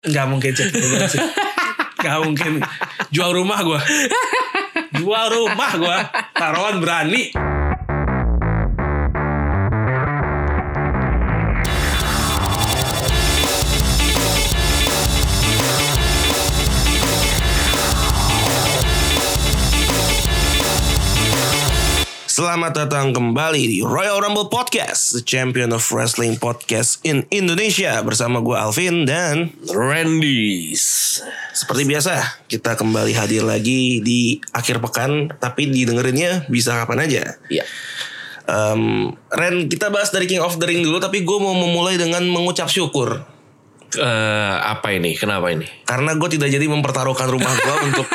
Nggak mungkin Chad Gable sih. Nggak mungkin. Jual rumah gue. Taruhan berani. Selamat datang kembali di Royal Rumble Podcast, the champion of wrestling podcast in Indonesia. Bersama gue Alvin dan Randy. Seperti biasa, kita kembali hadir lagi di akhir pekan. Tapi didengerinnya bisa kapan aja. Iya. Ren, kita bahas dari King of the Ring dulu. Tapi gue mau memulai dengan mengucap syukur. Apa ini? Kenapa ini? Karena gue tidak jadi mempertaruhkan rumah gue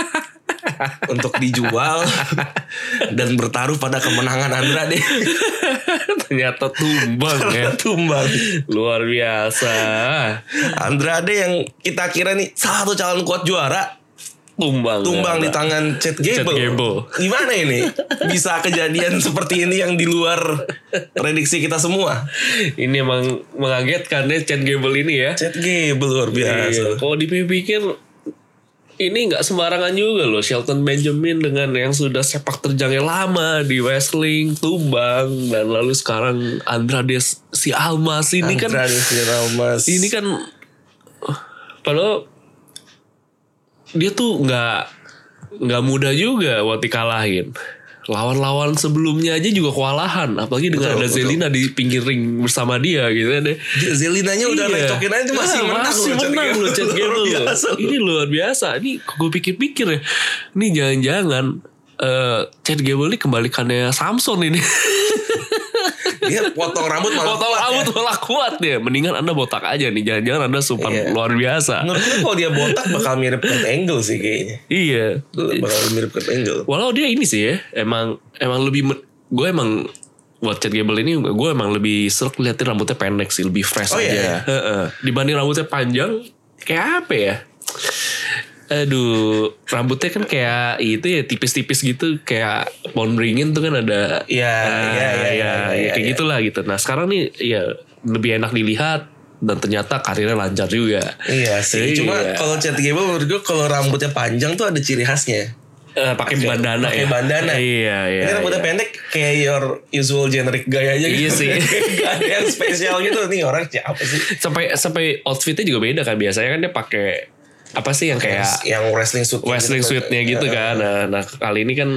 untuk dijual dan bertaruh pada kemenangan Andrade. Ternyata tumbang ya. Tumbang. Luar biasa. Andrade yang kita kira nih salah satu calon kuat juara, tumbang di tangan Chad Gable. Gimana ini bisa kejadian seperti ini yang di luar prediksi kita semua? Ini emang mengagetkan ya Chad Gable ini ya. Chad Gable luar biasa. Iya. Kalau dipikir ini gak sembarangan juga loh. Shelton Benjamin dengan yang sudah sepak terjangnya lama di wrestling, tumbang. Dan lalu sekarang Andrade si Almas ini kan. Ini kan padahal dia tuh gak mudah juga buat dikalahin. Lawan-lawan sebelumnya aja juga kewalahan. Apalagi dengan ada Zelina di pinggir ring bersama dia gitu kan. Zelinanya udah recokin aja masih menang loh Chad Gable. Ini luar biasa. Ini gue pikir-pikir ya. Ini jangan-jangan Chad Gable ini kembalikannya Samson ini. Dia potong rambut malah kuat dia. Mendingan Anda botak aja nih. Jangan-jangan Anda super luar biasa. Menurut gue kalau dia botak bakal mirip Kurt Angle sih kayaknya. Iya. Bakal mirip Kurt Angle. Walau dia ini sih ya. Emang lebih. Gue emang buat Chad Gable ini gue emang lebih seruk liatin rambutnya pendek sih. Lebih fresh aja. Iya. Dibanding rambutnya panjang. Kayak apa ya? Aduh, rambutnya kan kayak itu ya tipis-tipis gitu, kayak pohon beringin tuh kan ada. Kayak gitulah gitu. Nah sekarang nih ya lebih enak dilihat dan ternyata karirnya lancar juga. Iya sih. Cuma kalau Chad Gable menurut gue kalau rambutnya panjang tuh ada ciri khasnya. Pakai bandana ya. Bandana. Iya. Ini rambutnya pendek kayak your usual generic guy aja gitu. Iya sih. Gak ada yang spesial gitu. Nih orang siapa sih? Sampai outfitnya juga beda kan. Biasanya kan dia pakai apa sih yang kayak yang wrestling suitnya gitu kan. Nah kali ini kan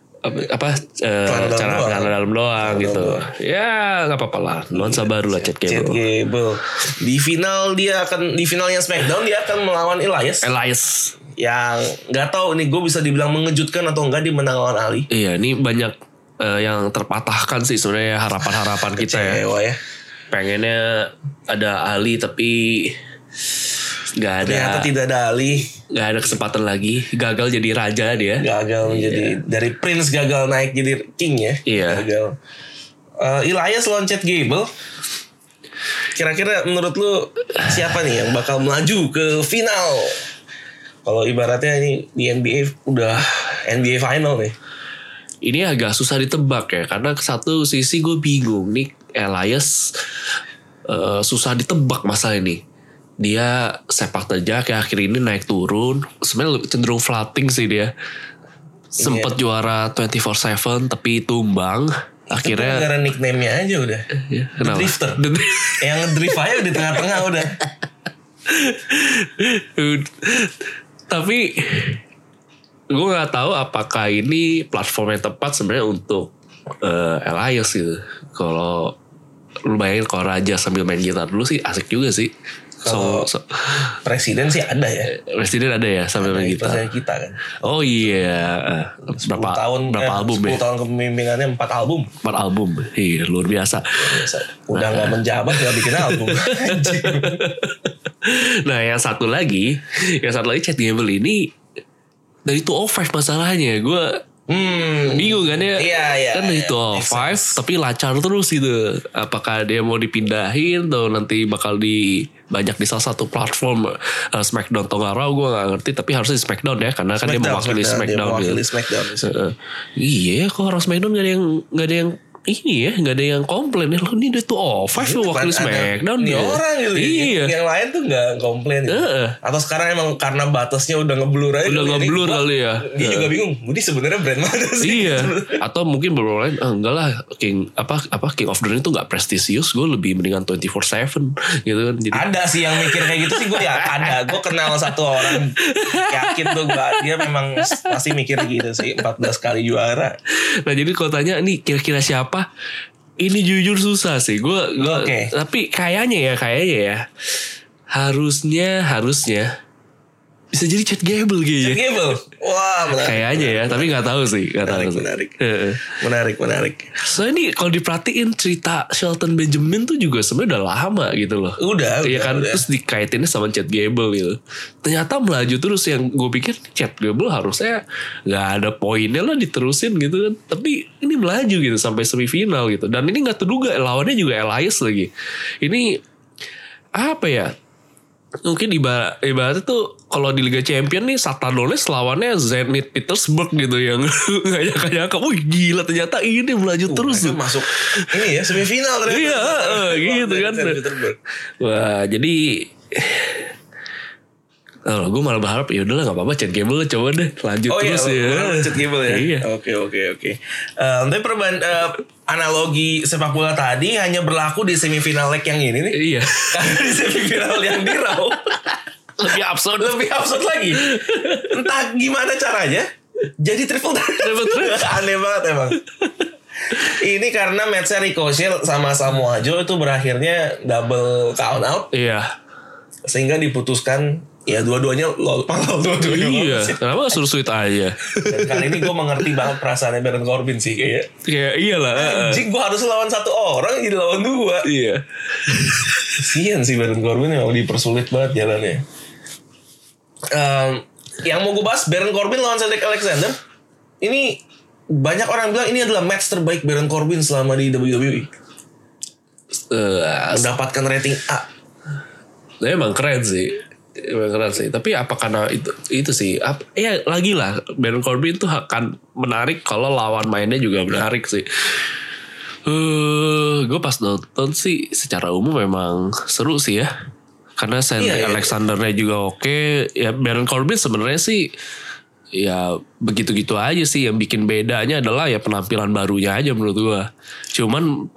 cara dalam doang gitu. Ya nggak apa-apa lah, nuansa baru lah Chad Gable. Di finalnya SmackDown dia akan melawan Elias yang nggak tahu nih, gue bisa dibilang mengejutkan atau enggak di menang lawan Ali. Iya, ini banyak yang terpatahkan sih sebenarnya harapan kita ya. Pengennya ada Ali tapi nggak ada. Ternyata tidak ada Ali. Nggak ada kesempatan lagi. Gagal jadi raja dia. Gagal menjadi dari Prince, gagal naik jadi King ya. Iya. Gagal. Elias lawan Chad Gable. Kira-kira menurut lu siapa nih yang bakal melaju ke final? Kalau ibaratnya ini di NBA udah NBA final nih. Ini agak susah ditebak ya, karena ke satu sisi gue bingung nih Elias susah ditebak masalah ini. Dia sepak terjang kayak akhir ini naik turun. Sebenarnya cenderung floating sih dia. Sempat juara 24/7 tapi tumbang. Akhirnya gara nickname-nya aja udah. The Drifter. Yang ngedrift aja di tengah-tengah udah. Tapi gue gak tahu apakah ini platform yang tepat sebenarnya untuk Elias gitu. Kalau lu bayangin kalau Raja sambil main gitar dulu sih asik juga sih. Kalau presiden sih ada ya. Presiden ada ya sambil main gitar. Kita kan. Oh iya. Berapa album 10 tahun kepemimpinannya 4 album. 4 album. Iya, luar biasa. Udah gak menjabat gak bikin album. Nah, yang satu lagi Chad Gable ini dari 205 masalahnya. Gue bingung kan ya. Iya. Kan dari 205 tapi lancar terus gitu. Apakah dia mau dipindahin atau nanti bakal banyak di salah satu platform SmackDown atau Raw, gue gak ngerti. Tapi harusnya di SmackDown ya, karena kan dia mewakili SmackDown. Dia mewakili SmackDown. Iya, kok orang SmackDown gak ada yang ini ya, nggak ada yang komplain ya, lo ini udah tuh five lo wakil SmackDown ini ya. orang gitu. Iya. Yang lain tuh nggak komplain. Gitu. Atau sekarang emang karena batasnya udah ngeblur aja. Udah ngeblur kali ya. Dia juga bingung. Ini sebenarnya brand mana sih? Iya. Atau mungkin beberapa lain, enggak lah, King of the Ring tuh nggak prestisius, gue lebih mendingan 24/7 gitu kan. Jadi ada sih yang mikir kayak gitu sih, gue ya ada. Gue kenal satu orang, yakin tuh dia memang pasti mikir gitu sih, 14 kali juara. Nah jadi kalau tanya nih kira-kira siapa? Ini jujur susah sih. Gue Oke. Tapi kayaknya ya. Harusnya bisa jadi Chad Gable kayaknya. Chad Gable. Wah, menarik. Kayaknya ya, tapi nggak tahu sih. Menarik. So ini kalau diperhatiin cerita Shelton Benjamin tuh juga sebenarnya udah lama gitu loh. Udah. Terus dikaitinnya sama Chad Gable gitu. Ternyata melaju terus, yang gue pikir Chad Gable harusnya nggak ada poinnya lah diterusin gitu kan. Tapi ini melaju gitu sampai semifinal gitu. Dan ini nggak terduga lawannya juga Elias lagi. Ini apa ya? Mungkin ibaratnya tuh kalau di Liga Champion nih Satadoles lawannya Zenit Petersburg gitu yang nggak nyangka-nyangka, wih gila ternyata ini melaju terus tuh. Masuk ini ya semifinal ternyata. Iya gitu kan. Wah jadi gue malah berharap ya udahlah nggak apa-apa, Chad Gable coba deh lanjut terus ya. Chad Gable ya. Iya. Oke. Tapi analogi sepak bola tadi hanya berlaku di semifinal leg yang ini nih. Iya. Karena di semifinal yang di Raw Lebih absurd lagi. Entah gimana caranya jadi triple threat. Aneh banget emang. Ini karena match-nya Ricochet sama Samoa Joe itu berakhirnya double count out. Iya. Sehingga diputuskan ya dua-duanya Iya. Kenapa gak suruh-suruh aja? Dan kali ini gue mengerti banget perasaannya Baron Corbin sih kayaknya. Kayak iyalah. Anjing, gue harus lawan satu orang jadi lawan dua. Iya. Kasian sih Baron Corbin memang dipersulit banget jalannya. Yang mau gue bahas Baron Corbin lawan Cedric Alexander. Ini banyak orang bilang ini adalah match terbaik Baron Corbin selama di WWE. Mendapatkan rating A. Emang keren sih. Tapi apa karena itu sih? Ya lagi lah, Baron Corbin tuh akan menarik kalau lawan mainnya juga menarik sih. Gue pas nonton sih secara umum memang seru sih ya. Karena Cedric Alexander-nya juga oke. Ya Baron Corbin sebenarnya sih ya begitu-gitu aja sih. Yang bikin bedanya adalah ya penampilan barunya aja menurut gue. Cuman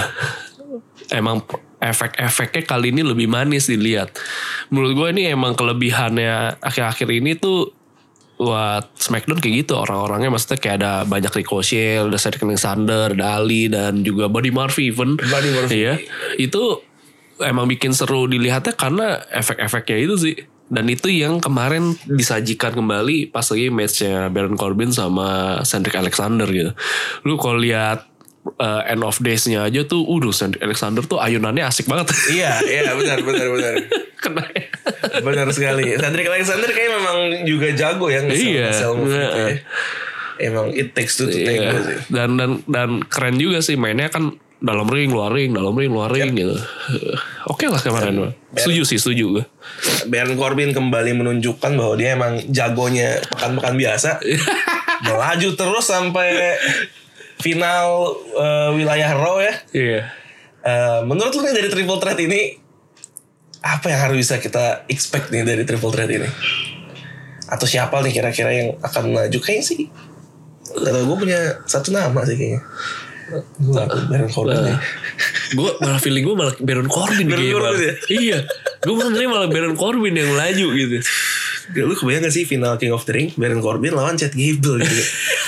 emang efek-efeknya kali ini lebih manis dilihat. Menurut gue ini emang kelebihannya akhir-akhir ini tuh buat SmackDown kayak gitu. Orang-orangnya maksudnya kayak ada banyak Ricochet, ada Cedric Alexander, ada Ali, dan juga Buddy Murphy even. Iya. Itu emang bikin seru dilihatnya karena efek-efeknya itu sih. Dan itu yang kemarin disajikan kembali pas lagi matchnya Baron Corbin sama Cedric Alexander gitu. Lu kalau lihat end of days-nya aja tuh Cedric Alexander tuh ayunannya asik banget. Iya benar. Kena. Benar sekali. Cedric Alexander kayak memang juga jago ya nge-sell move gitu ya. Emang it takes two to tango sih. Dan keren juga sih mainnya kan dalam ring luar ring gitu. Oke lah kemarin. Setuju gue. Baron Corbin kembali menunjukkan bahwa dia emang jagonya pekan-pekan biasa. Melaju terus sampai final wilayah Raw ya. Iya. Menurut lu nih dari triple threat ini apa yang harus bisa kita expect nih dari triple threat ini? Atau siapa nih kira-kira yang akan maju? Kayaknya sih gue punya satu nama sih kayaknya. Baron Corbin ya. Gue malah feeling gue malah Baron Corbin ya? Iya. Gue malah Baron Corbin yang melaju gitu. Lu kebayang gak sih final King of the Ring Baron Corbin lawan Chad Gable gitu.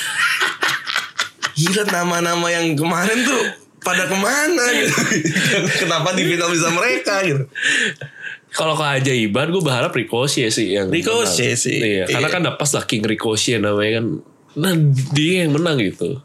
Gila, nama-nama yang kemarin tuh pada kemana gitu. Kenapa di final bisa mereka gitu. Kalau keajaiban gue berharap Ricochet sih yang Ricochet menang. sih. Iya, karena kan pas lah King Ricochet namanya kan. Nah dia yang menang gitu.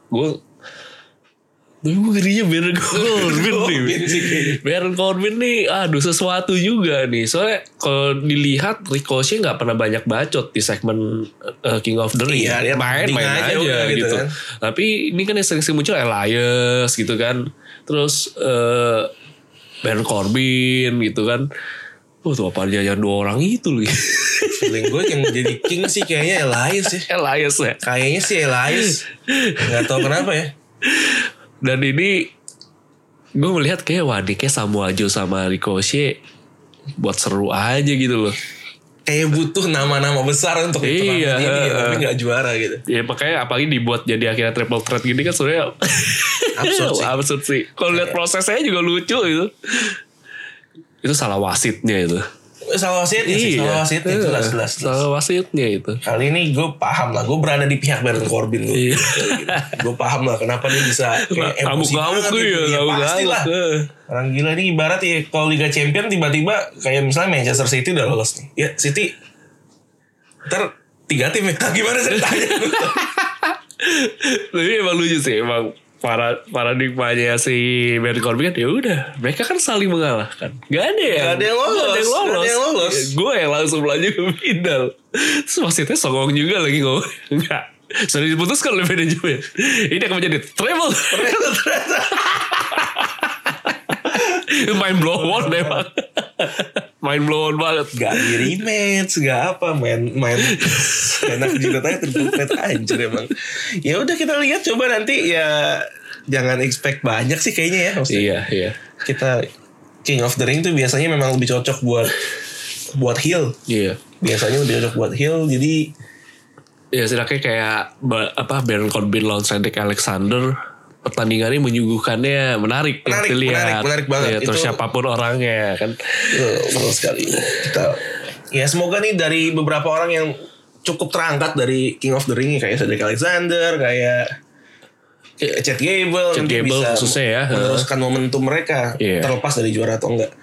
Tapi gue ngerinya Baron Corbin nih. Baron Corbin nih sesuatu juga nih. Soalnya kalau dilihat Ricochet gak pernah banyak bacot di segmen King of the Ring. Iya, main aja gitu kan. Tapi ini kan yang sering muncul Elias gitu kan. Terus Baron Corbin gitu kan. Tuh apa aja dua orang itu loh. Feeling gue yang jadi king sih kayaknya Elias ya. Elias ya. Kayaknya sih Elias. Gak tahu kenapa ya. Dan ini gue melihat kayak wah ini kayak Samoa Joe sama Ricochet buat seru aja gitu loh. Kayak butuh nama-nama besar untuk Iya, ini tapi gak juara gitu. Ya makanya apalagi dibuat jadi akhirnya triple threat gini kan sebenarnya absurd sih. Kalau lihat prosesnya juga lucu gitu. Itu salah wasitnya itu. Salah wasitnya sih, salah wasitnya jelas. Salah wasitnya itu. Kali ini gue paham lah, gue berada di pihak Baron Corbin loh. Iya. Gue paham lah kenapa dia bisa kayak emosi banget tuh gitu. Ya pasti lah. Orang gila ini ibarat ya kalau Liga Champion tiba-tiba kayak misalnya Manchester City udah lolos nih. Ya City ntar 3 tim ya. Gimana ceritanya? Tapi emang lucu sih emang paradigmanya si Baron Corbin kan ya udah mereka kan saling mengalahkan gak ada yang lolos. Gue yang langsung melaju ke final. Terus wasitnya songong juga lagi ngomong enggak sudah diputuskan oleh manajemen ini akan menjadi triple mind blown emang. Mind blown banget. Gak di rematch, gak apa, main enak juga tanya triple anjir emang. Ya udah kita lihat coba nanti ya, jangan expect banyak sih kayaknya ya. Maksudnya, iya. Kita King of the Ring tuh biasanya memang lebih cocok buat heel. Iya. Biasanya lebih cocok buat heel, jadi ya setidaknya kayak Baron Corbin lawan Cedric Alexander. Pertandingannya menyuguhkannya menarik banget ya, itu. Terus siapapun orangnya kan betul sekali. Kita ya semoga nih dari beberapa orang yang cukup terangkat dari King of the Ring kayak Cedric Alexander, kayak Chad Gable nanti bisa ya, meneruskan momentum mereka terlepas dari juara atau enggak.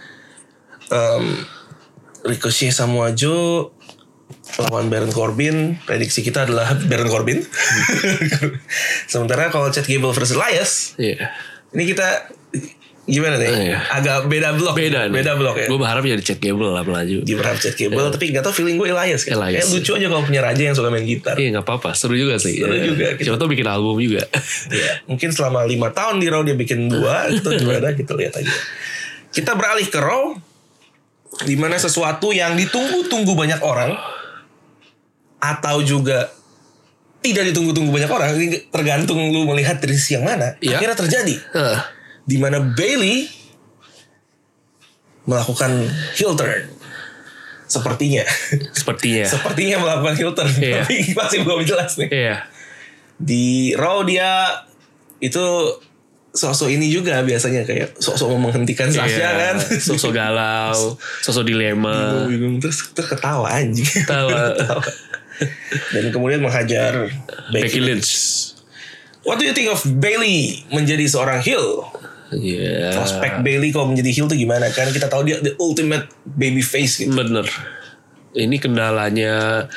Ricochet Samoa Joe lawan Baron Corbin, prediksi kita adalah Baron Corbin. Sementara kalau Chad Gable versus Elias, ini kita gimana nih? Agak beda blok. Beda blok ya. Gue berharap jadi Chad Gable lah melaju. Berharap Chad Gable, tapi gak tau feeling gue Elias kan. Kayak lucu aja kalau punya raja yang suka main gitar. Iya gak apa-apa, seru juga sih. Seru juga. Siapa tau bikin album juga. Mungkin selama 5 tahun di Raw dia bikin 2 itu gimana kita lihat aja. Kita beralih ke Raw, dimana sesuatu yang ditunggu-tunggu banyak orang atau juga tidak ditunggu-tunggu banyak orang, ini tergantung lu melihat dari sisi yang mana, akhirnya terjadi. Di mana Bayley melakukan heel turn. Sepertinya melakukan heel turn. Tapi masih belum jelas nih. Di Raw dia itu sosok ini juga biasanya kayak sosok menghentikan Sasha kan, sosok galau, sosok dilema, bingung terus ketawa anjing. Ketawa. Dan kemudian menghajar Becky Lynch. What do you think of Bayley menjadi seorang heel? Prospek Bayley kalau menjadi heel tuh gimana? Kan kita tahu dia the ultimate baby face gitu. Bener. Ini kendalanya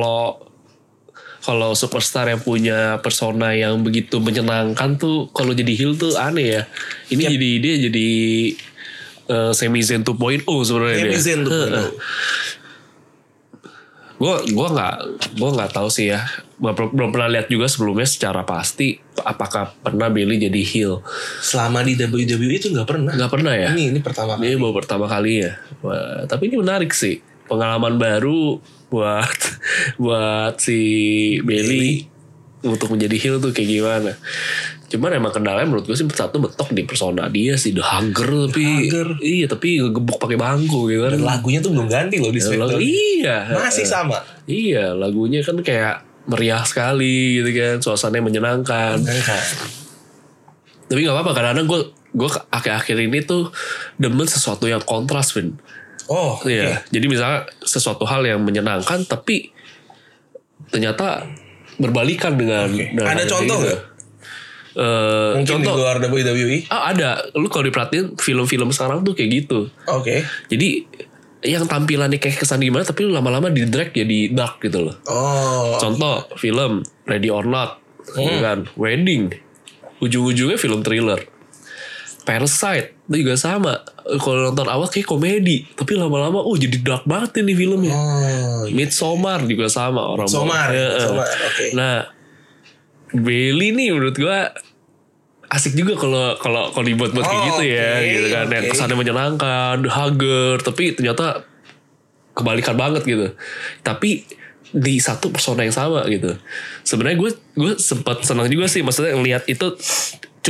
kalau superstar yang punya persona yang begitu menyenangkan tuh kalau jadi heel tuh aneh ya. Ini dia jadi Sami Zayn 2.0 sebenarnya. Sami Zayn 2.0. Gue nggak tahu sih ya, belum pernah lihat juga sebelumnya secara pasti apakah pernah Bayley jadi heel. Selama di WWE itu nggak pernah ya. Ini pertama kali. Ini baru pertama kali ya. Wah, tapi ini menarik sih, pengalaman baru buat si Bayley untuk menjadi heel tuh kayak gimana. Cuman emang kendalanya menurut gue sih satu betok di persona dia sih, The Hunger tapi ngegebuk pakai bangku gitu kan. Dan lagunya tuh belum ganti loh di SmackDown. Masih sama. Iya, lagunya kan kayak meriah sekali gitu kan, suasananya menyenangkan. Tapi nggak apa-apa, karena gue akhir-akhir ini tuh demen sesuatu yang kontras, Vin. Jadi misalnya sesuatu hal yang menyenangkan tapi ternyata berbalikan dengan ada contoh nggak? Mungkin contoh di luar WWE? Ada. Lu kalau diperhatiin film-film sekarang tuh kayak gitu. Jadi yang tampilannya kayak kesan gimana tapi lama-lama di drag jadi dark gitu loh. Contoh film Ready or Not, kan Wedding, ujung-ujungnya film thriller. Parasite itu juga sama. Kalau nonton awal kayak komedi, tapi lama-lama jadi dark banget ini filmnya. Midsommar juga sama orang. Nah, Bayley nih menurut gua asik juga kalau dibuat-buat kayak gitu ya, gitu kan. Yang kesannya menyenangkan, hugger, tapi ternyata kebalikan banget gitu. Tapi di satu persona yang sama gitu. Sebenarnya gue sempat senang juga sih, maksudnya ngelihat itu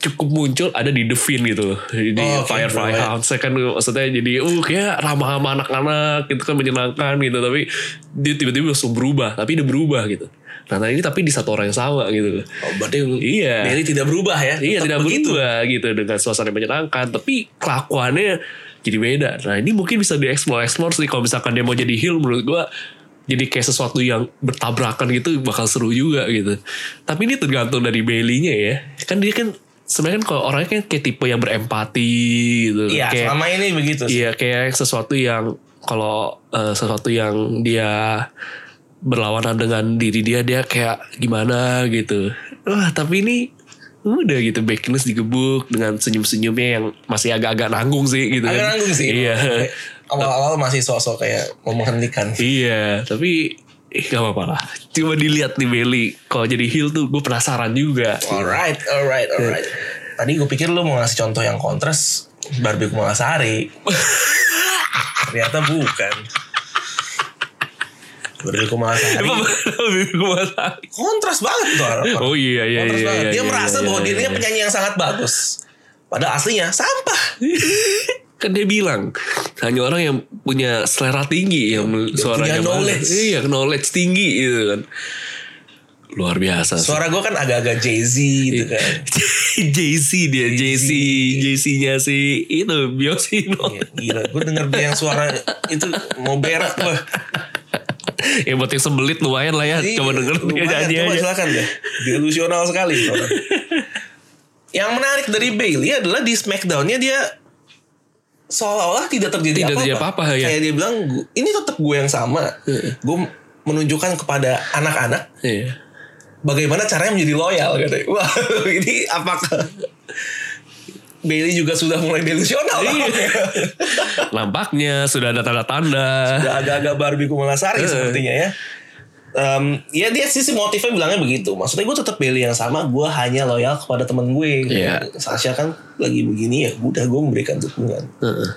cukup muncul ada di The Fiend gitu loh. Di Firefly Hound. Saya kan maksudnya jadi kayak ramah sama anak-anak gitu kan, menyenangkan gitu. Tapi dia tiba-tiba langsung berubah. Tapi dia berubah gitu. Nah ini tapi di satu orang yang sama gitu loh. Berarti Bailey tidak berubah ya? Iya, tidak berubah gitu dengan suasana yang menyenangkan. Tapi kelakuannya jadi beda. Nah ini mungkin bisa dieksplor sih. Kalau misalkan dia mau jadi heel, menurut gue jadi kayak sesuatu yang bertabrakan gitu bakal seru juga gitu. Tapi ini tergantung dari Bailey-nya ya. Kan dia kan sebenarnya kan kalau orangnya kan kayak tipe yang berempati gitu. Iya, kayak, selama ini begitu sih. Iya, kayak sesuatu yang kalau sesuatu yang dia berlawanan dengan diri dia kayak gimana gitu. Wah, tapi ini udah gitu backless digebuk dengan senyum-senyumnya yang masih agak-agak nanggung sih gitu. Agak nanggung sih. Iya. Awal-awal masih sosok kayak mau menghentikan. Iya, tapi gak apa-apa lah. Coba dilihat nih Bailey. Kalau jadi heel tuh gue penasaran juga. Alright. Tadi gue pikir lu mau ngasih contoh yang kontras Barbie Kumalasari. Ternyata bukan. Barbie Kumalasari. Kontras banget tuh. Oh iya. Dia merasa bahwa dirinya penyanyi yang sangat bagus. Padahal aslinya sampah. Kan dia bilang hanya orang yang punya selera tinggi yang suaranya punya knowledge. Iya, knowledge tinggi gitu kan. Luar biasa. Suara gue kan agak-agak Jay-Z gitu kan. Jay-Z dia, Jay-Z-nya si itu Biosino. Gila, gue denger dia yang suara itu mau berak gue. Ya buat yang sembelit lumayan lah ya. Coba denger dia nyanyi aja. Coba silakan deh. Delusional sekali. Yang menarik dari Bailey adalah di Smackdown-nya dia seolah-olah tidak terjadi apa-apa. Ya. Kayak dia bilang, ini tetap gue yang sama. Gue menunjukkan kepada anak-anak bagaimana caranya menjadi loyal. Katanya. Wah, ini apakah Bailey juga sudah mulai delusional? Nampaknya sudah ada tanda-tanda. Sudah agak-agak Barbie Kumalasari sepertinya ya. Ya dia sisi motifnya bilangnya begitu. Maksudnya gue tetap Bailey yang sama, gue hanya loyal kepada temen gue. Sasha kan lagi begini ya, udah gue memberikan dukungan.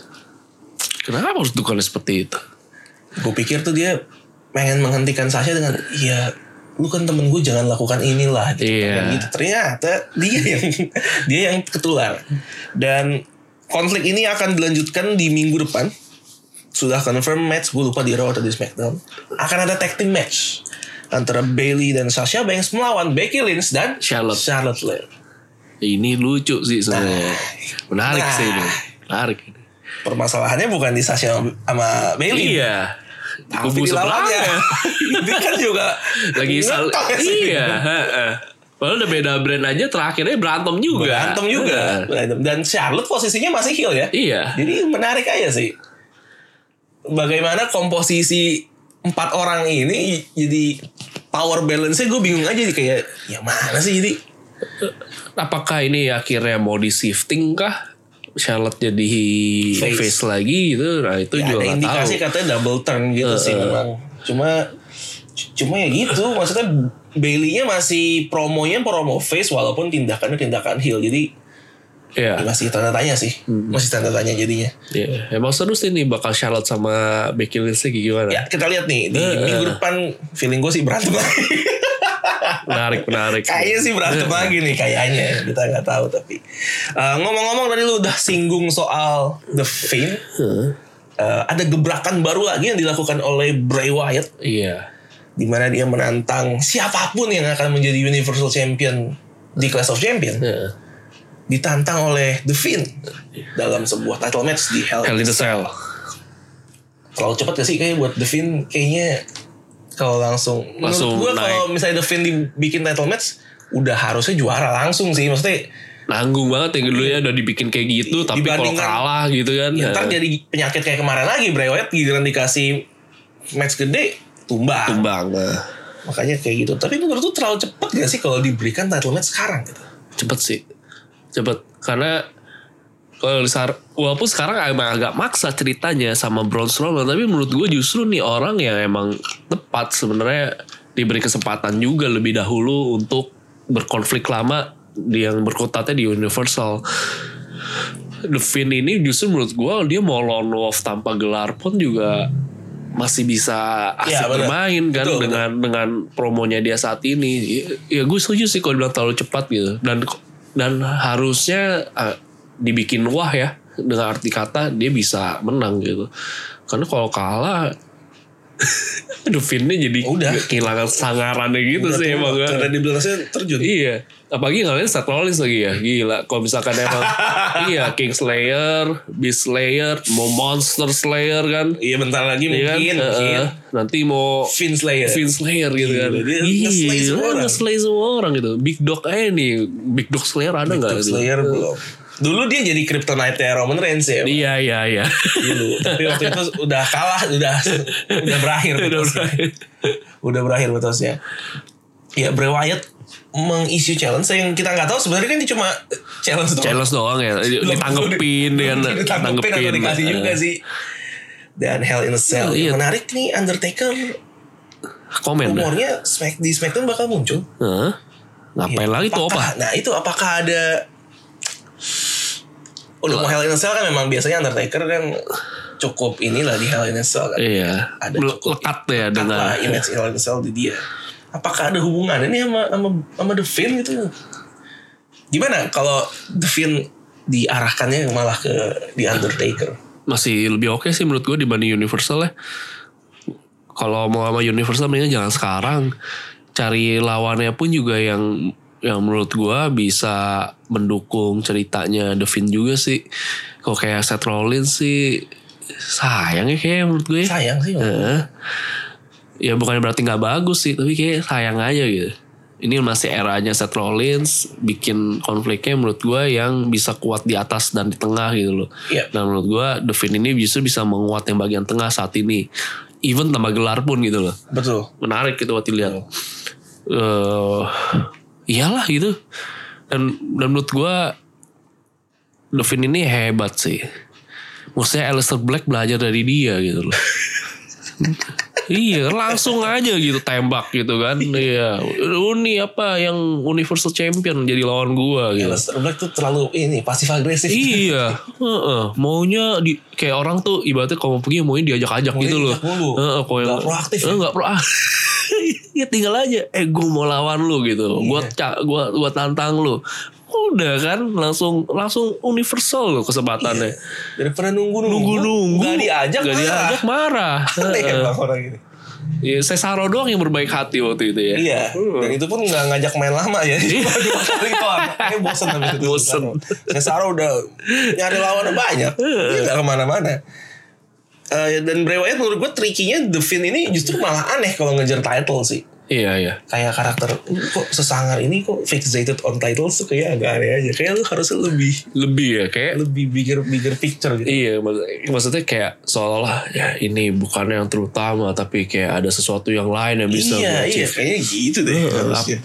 Kenapa harus dukungan seperti itu? Gue pikir tuh dia pengen menghentikan Sasha dengan, ya lu kan temen gue, jangan lakukan inilah gitu. Gitu. Ternyata dia yang ketular. Dan konflik ini akan dilanjutkan di minggu depan. Sudah confirm match, gue lupa di Raw atau di Smackdown. Akan ada tag team match antara Bailey dan Sasha Banks melawan Becky Lynch dan Charlotte Flair. Ini lucu sih sebenarnya. Menarik sih ini. Menarik. Permasalahannya bukan di Sasha sama Bailey. Iya. Kubu sebelahnya. Ini kan juga lagi iya. Padahal udah beda brand aja, terakhirnya berantem juga. Dan Charlotte posisinya masih heel ya. Iya. Jadi menarik aja sih. Bagaimana komposisi 4 orang ini jadi power balance-nya gue bingung aja kayak ya mana sih jadi. Apakah ini akhirnya mau di shifting kah? Charlotte jadi face lagi gitu. Nah itu ya, juga ada indikasi tahu. Katanya double turn gitu sih memang. Cuma ya gitu. Maksudnya Bailey-nya masih promo face walaupun tindakan heel. Jadi ya masih tanda tanya sih. Masih tanda tanya jadinya. Ya, emang seru sih nih bakal Charlotte sama Becky Lynch gimana. Ya kita lihat nih di minggu depan feeling gue sih berantem lagi. Menarik. Kayaknya sih berantem lagi nih kayaknya. Kita gak tahu tapi. Ngomong-ngomong tadi lu udah singgung soal The Fiend. Ada gebrakan baru lagi yang dilakukan oleh Bray Wyatt. Iya. Dimana dia menantang siapapun yang akan menjadi Universal Champion di Clash of Champions. Ditantang oleh The Fiend dalam sebuah title match di Hell in a Cell. Terlalu cepat gak sih kayak buat The Fiend? Kayaknya kalau langsung menurut gue kalau misalnya The Fiend dibikin title match udah harusnya juara langsung sih. Maksudnya nanggung banget ya dulu ya udah dibikin kayak gitu. Tapi kalau kalah gitu kan ya ntar jadi penyakit kayak kemarin lagi. Bray Wyatt giliran dikasih match gede tumbang. Makanya kayak gitu. Tapi menurut tuh terlalu cepat gak sih kalau diberikan title match sekarang gitu? Cepet sih. Karena kalau walaupun sekarang emang agak maksa ceritanya sama Braun Strowman, tapi menurut gue justru nih orang yang emang tepat sebenarnya diberi kesempatan juga lebih dahulu untuk berkonflik lama yang berkutatnya di Universal. The Fiend ini justru menurut gue dia mau lone wolf tanpa gelar pun juga masih bisa asik bermain kan. Betul. dengan promonya dia saat ini. Ya gue setuju sih kalau dibilang terlalu cepat gitu. Dan Dan harusnya dibikin wah ya, dengan arti kata dia bisa menang gitu. Karena kalau kalah Devin-nya jadi kehilangan sangarannya gitu sih emang. Karena di belakangnya terjun. Iya. Apalagi ngalahin Seth Rollins lagi ya. Gila. Kalau misalkan emang iya King Slayer, Beast Slayer, mau Monster Slayer kan. Iya bentar lagi mungkin. Nanti mau Finn Slayer gitu kan. Dia nge-slay semua orang gitu. Big Dog nih. Big Dog Slayer ada gak? Big Dog Slayer belum. Dulu dia jadi kryptonite-nya Roman Reigns ya. Iya. Dulu. Tapi waktu itu udah kalah, udah berakhir. Udah berakhir betosnya. Ya Bray Wyatt meng-issue challenge yang kita nggak tahu sebenarnya kan dia cuma challenge doang ya. Ditanggepin atau dikasih juga sih. Dan Hell in a Cell. Menarik nih Undertaker. Komen. Rumornya di SmackDown bakal muncul. Ngapain lagi tuh apa? Nah itu apakah ada mau Hell in a Cell kan memang biasanya Undertaker kan cukup inilah di Hell in a Cell kan. Iya. Ada lekat ya dengan image Hell in a Cell di dia. Apakah ada hubungannya nih sama The Fiend gitu? Gimana kalau The Fiend diarahkannya malah ke The Undertaker? Masih lebih oke sih menurut gue dibanding Universal ya. Kalau mau sama Universal mendingan jangan sekarang. Cari lawannya pun juga yang menurut gue bisa mendukung ceritanya The Fiend juga sih. Kalau kayak Seth Rollins sih sayang ya kayak menurut gue. Sayang sih. Ya bukannya berarti gak bagus sih, tapi kayak sayang aja gitu. Ini masih eranya Seth Rollins, bikin konfliknya menurut gue yang bisa kuat di atas dan di tengah gitu loh. Dan menurut gue The Fiend ini justru bisa menguat yang bagian tengah saat ini. Even tambah gelar pun gitu loh. Betul. Menarik gitu buat dilihat. Iyalah gitu. Dan menurut gue The Fiend ini hebat sih. Maksudnya Aleister Black belajar dari dia gitu loh. Iya langsung aja gitu tembak gitu kan. Iya. Ini apa yang Universal Champion jadi lawan gua gitu. Aleister Black tuh terlalu pasif agresif. Iya. Maunya kayak orang tuh ibaratnya kalau mau pergi maunya diajak-ajak gitu loh. Gak proaktif. Gak proaktif. Ya tinggal aja. Gue mau lawan lu gitu. Gua tantang lu. Udah kan langsung Universal loh kesempatannya. Daripada nunggu Gak diajak marah. Aneh emang orang ini. Ya, Cesaro doang yang berbaik hati waktu itu ya. Iya. Dan itu pun gak ngajak main lama ya. Cuma 2 kali doang. Kayaknya bosen habis itu. Cesaro udah nyari lawannya banyak. Dia gak kemana-mana. Dan Bray Wyatt menurut gue trikinya The Fiend ini justru malah aneh kalau ngejar title sih. Iya. Kayak karakter kok sesangar ini kok fixated on titles tuh kayak agak aneh aja. Kayak lu harusnya lebih ya kayak lebih bigger picture gitu. Iya, maksudnya kayak seolah-olah ya ini bukan yang terutama tapi kayak ada sesuatu yang lain yang bisa. Iya, kayaknya gitu deh harusnya.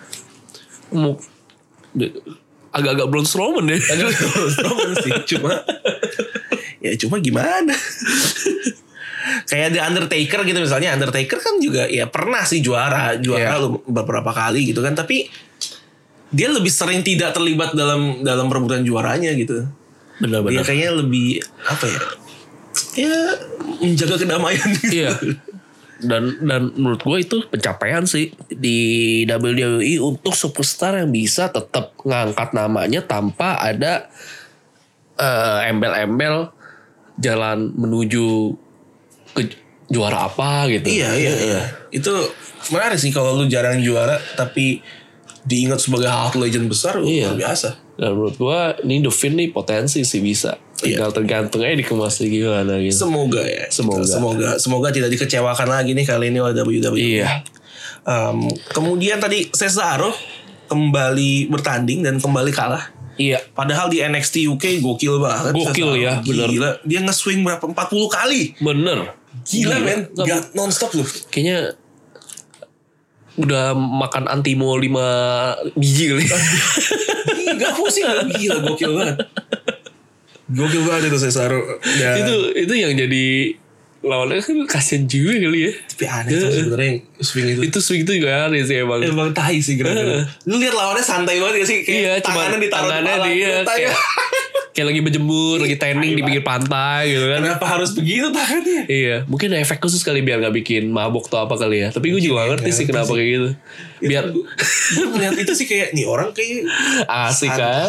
Agak-agak Braun Strowman deh. Braun Strowman sih, cuma gimana? Kayak The Undertaker gitu misalnya. Undertaker kan juga ya pernah sih juara beberapa kali gitu kan, tapi dia lebih sering tidak terlibat dalam perebutan juaranya gitu. Benar-benar. Dia kayaknya lebih apa ya? Ya menjaga kedamaian gitu. Iya. Dan menurut gue itu pencapaian sih di WWE untuk superstar yang bisa tetap ngangkat namanya tanpa ada embel-embel jalan menuju ke juara apa gitu. Iya. Itu menarik sih kalau lu jarang juara tapi diingat sebagai hard legend besar. Luar biasa. Dan menurut gua ini The Fiend nih potensi sih bisa. Tinggal tergantung aja dikemasnya gimana gitu. Semoga ya. Semoga tidak dikecewakan lagi nih kali ini oleh WWE. Iya. Kemudian tadi Cesaro kembali bertanding dan kembali kalah. Iya. Padahal di NXT UK gokil banget. Gokil ya, bener. Gila. Dia nge-swing berapa? 40 kali. Bener. Gila men. Gak non-stop loh. Kayaknya udah makan Antimo 5 biji kali. Gak pusing. Gila gokil banget. Gokil banget itu Cesaro. Itu yang jadi lawannya kan kasian juga kali ya. Tapi aneh tuh sebenernya swing itu. Itu swing itu juga aneh sih emang. Emang tahi sih gerak-gerak. Lu lihat lawannya santai banget gak sih? Kayak iya, tangannya ditaruh di kepala. Kayak lagi berjemur, lagi tanning di pinggir pantai gitu kan. Kenapa harus begitu tangannya? Iya, mungkin efek khusus kali biar gak bikin mabuk atau apa kali ya. Tapi gue juga gak ngerti sih kenapa kayak gitu. Biar gue melihat itu sih kayak nih orang kayak asik kan.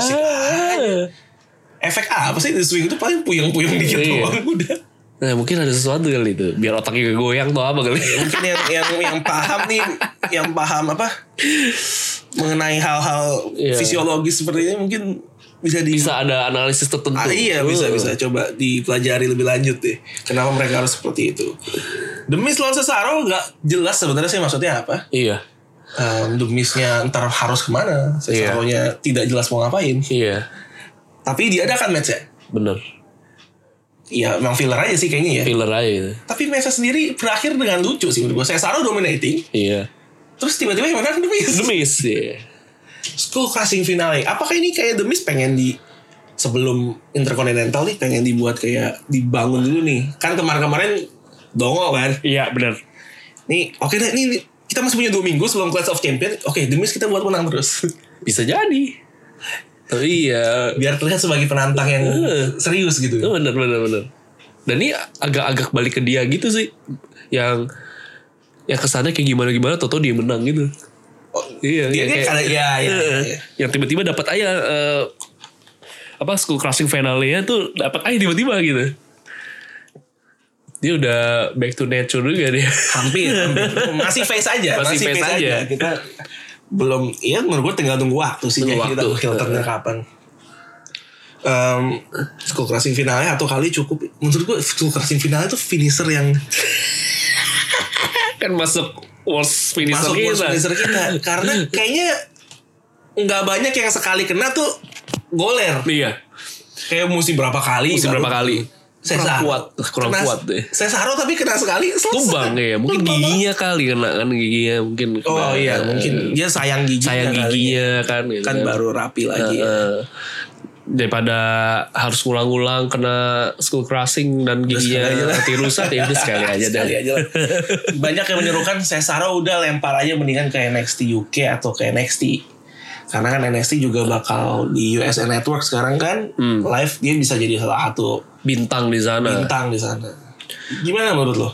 Efek apa sih di swing itu paling puyeng-puyeng dikit doang udah. Nah mungkin ada sesuatu kali itu. Biar otaknya goyang atau apa kali. Mungkin yang paham nih, yang paham apa mengenai hal-hal fisiologis seperti ini mungkin bisa ada analisis tertentu. Iya bisa coba dipelajari lebih lanjut deh. Kenapa mereka harus seperti itu? The Miz lawan Cesaro nggak jelas sebenarnya sih maksudnya apa? Iya. The Miz-nya ntar harus kemana? Cesaro-nya tidak jelas mau ngapain. Iya. Tapi diadakan match-nya. Bener. Iya memang filler aja sih kayaknya ya. Filler aja gitu. Tapi match sendiri berakhir dengan lucu sih menurut gue. Cesaro dominating. Iya. Terus tiba-tiba yang menang The Miz. The Miz ya. Skull Crushing finale. Apakah ini kayak The Miz pengen sebelum Intercontinental nih pengen dibuat kayak dibangun dulu nih. Kan kemarin dongo kan. Iya benar. Nih oke deh ini kita masih punya 2 minggu sebelum Clash of Champions. Oke The Miz kita buat menang terus. Bisa jadi. Tapi ya biar terlihat sebagai penantang yang serius gitu. Bener. Dan ini agak-agak balik ke dia gitu sih. Yang kesannya kayak gimana tau dia menang gitu. Oh, iya, dia kayak yang tiba-tiba dapat aja Skull Crushing finalnya tuh dapat aja tiba-tiba gitu. Dia udah back to nature juga dia. Hampir. Masih face aja. Masih face aja. Kita belum, ya menurut gue tinggal tunggu waktu sih. Kita filternya kapan. Skull Crushing finalnya atau kali cukup. Menurut gue Skull Crushing finalnya tuh finisher yang kan masuk worst finisher kita. Karena kayaknya nggak banyak yang sekali kena tuh goler. Iya. Kayak mesti berapa kali. Kurang kuat deh. Cesaro tapi kena sekali tumbang ya. Mungkin giginya kali kena kan giginya mungkin. Oh iya mungkin dia sayang giginya kan. Kan baru rapi lagi. Daripada harus ngulang-ngulang kena Skull Crushing dan giginya mati rusak ya udah sekali aja lah. Banyak yang menyerukan Cesaro udah lempar aja mendingan ke NXT UK atau ke NXT. Karena kan NXT juga bakal di USA Network sekarang kan live dia bisa jadi salah satu bintang di sana. Gimana menurut lo?